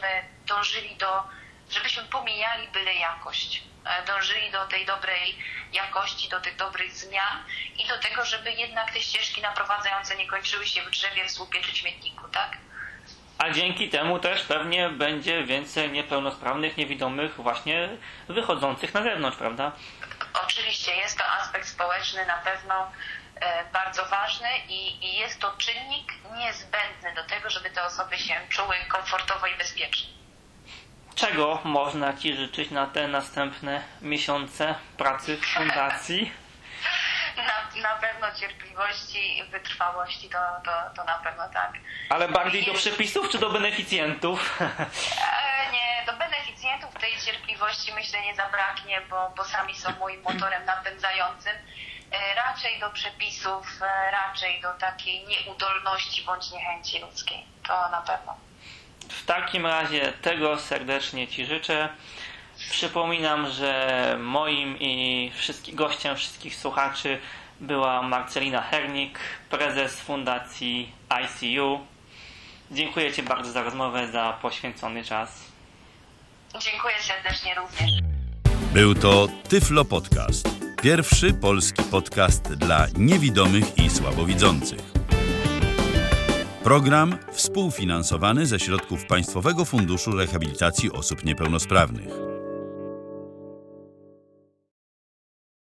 żebyśmy pomijali byle jakość. Dążyli do tej dobrej jakości, do tych dobrych zmian i do tego, żeby jednak te ścieżki naprowadzające nie kończyły się w drzewie, w słupie czy śmietniku, tak? A dzięki temu też pewnie będzie więcej niepełnosprawnych, niewidomych właśnie wychodzących na zewnątrz, prawda? Oczywiście jest to aspekt społeczny na pewno bardzo ważny i jest to czynnik niezbędny do tego, żeby te osoby się czuły komfortowo i bezpiecznie. Czego można Ci życzyć na te następne miesiące pracy w fundacji? Na pewno cierpliwości i wytrwałości, to na pewno tak. Ale bardziej do przepisów czy do beneficjentów? Nie, do beneficjentów tej cierpliwości myślę nie zabraknie, bo sami są moim motorem napędzającym. Raczej do przepisów, raczej do takiej nieudolności bądź niechęci ludzkiej. To na pewno. W takim razie tego serdecznie Ci życzę. Przypominam, że moim i gościem wszystkich słuchaczy była Marcelina Hernik, prezes Fundacji ICU. Dziękuję Ci bardzo za rozmowę, za poświęcony czas. Dziękuję serdecznie również. Był to Tyflo Podcast. Pierwszy polski podcast dla niewidomych i słabowidzących. Program współfinansowany ze środków Państwowego Funduszu Rehabilitacji Osób Niepełnosprawnych.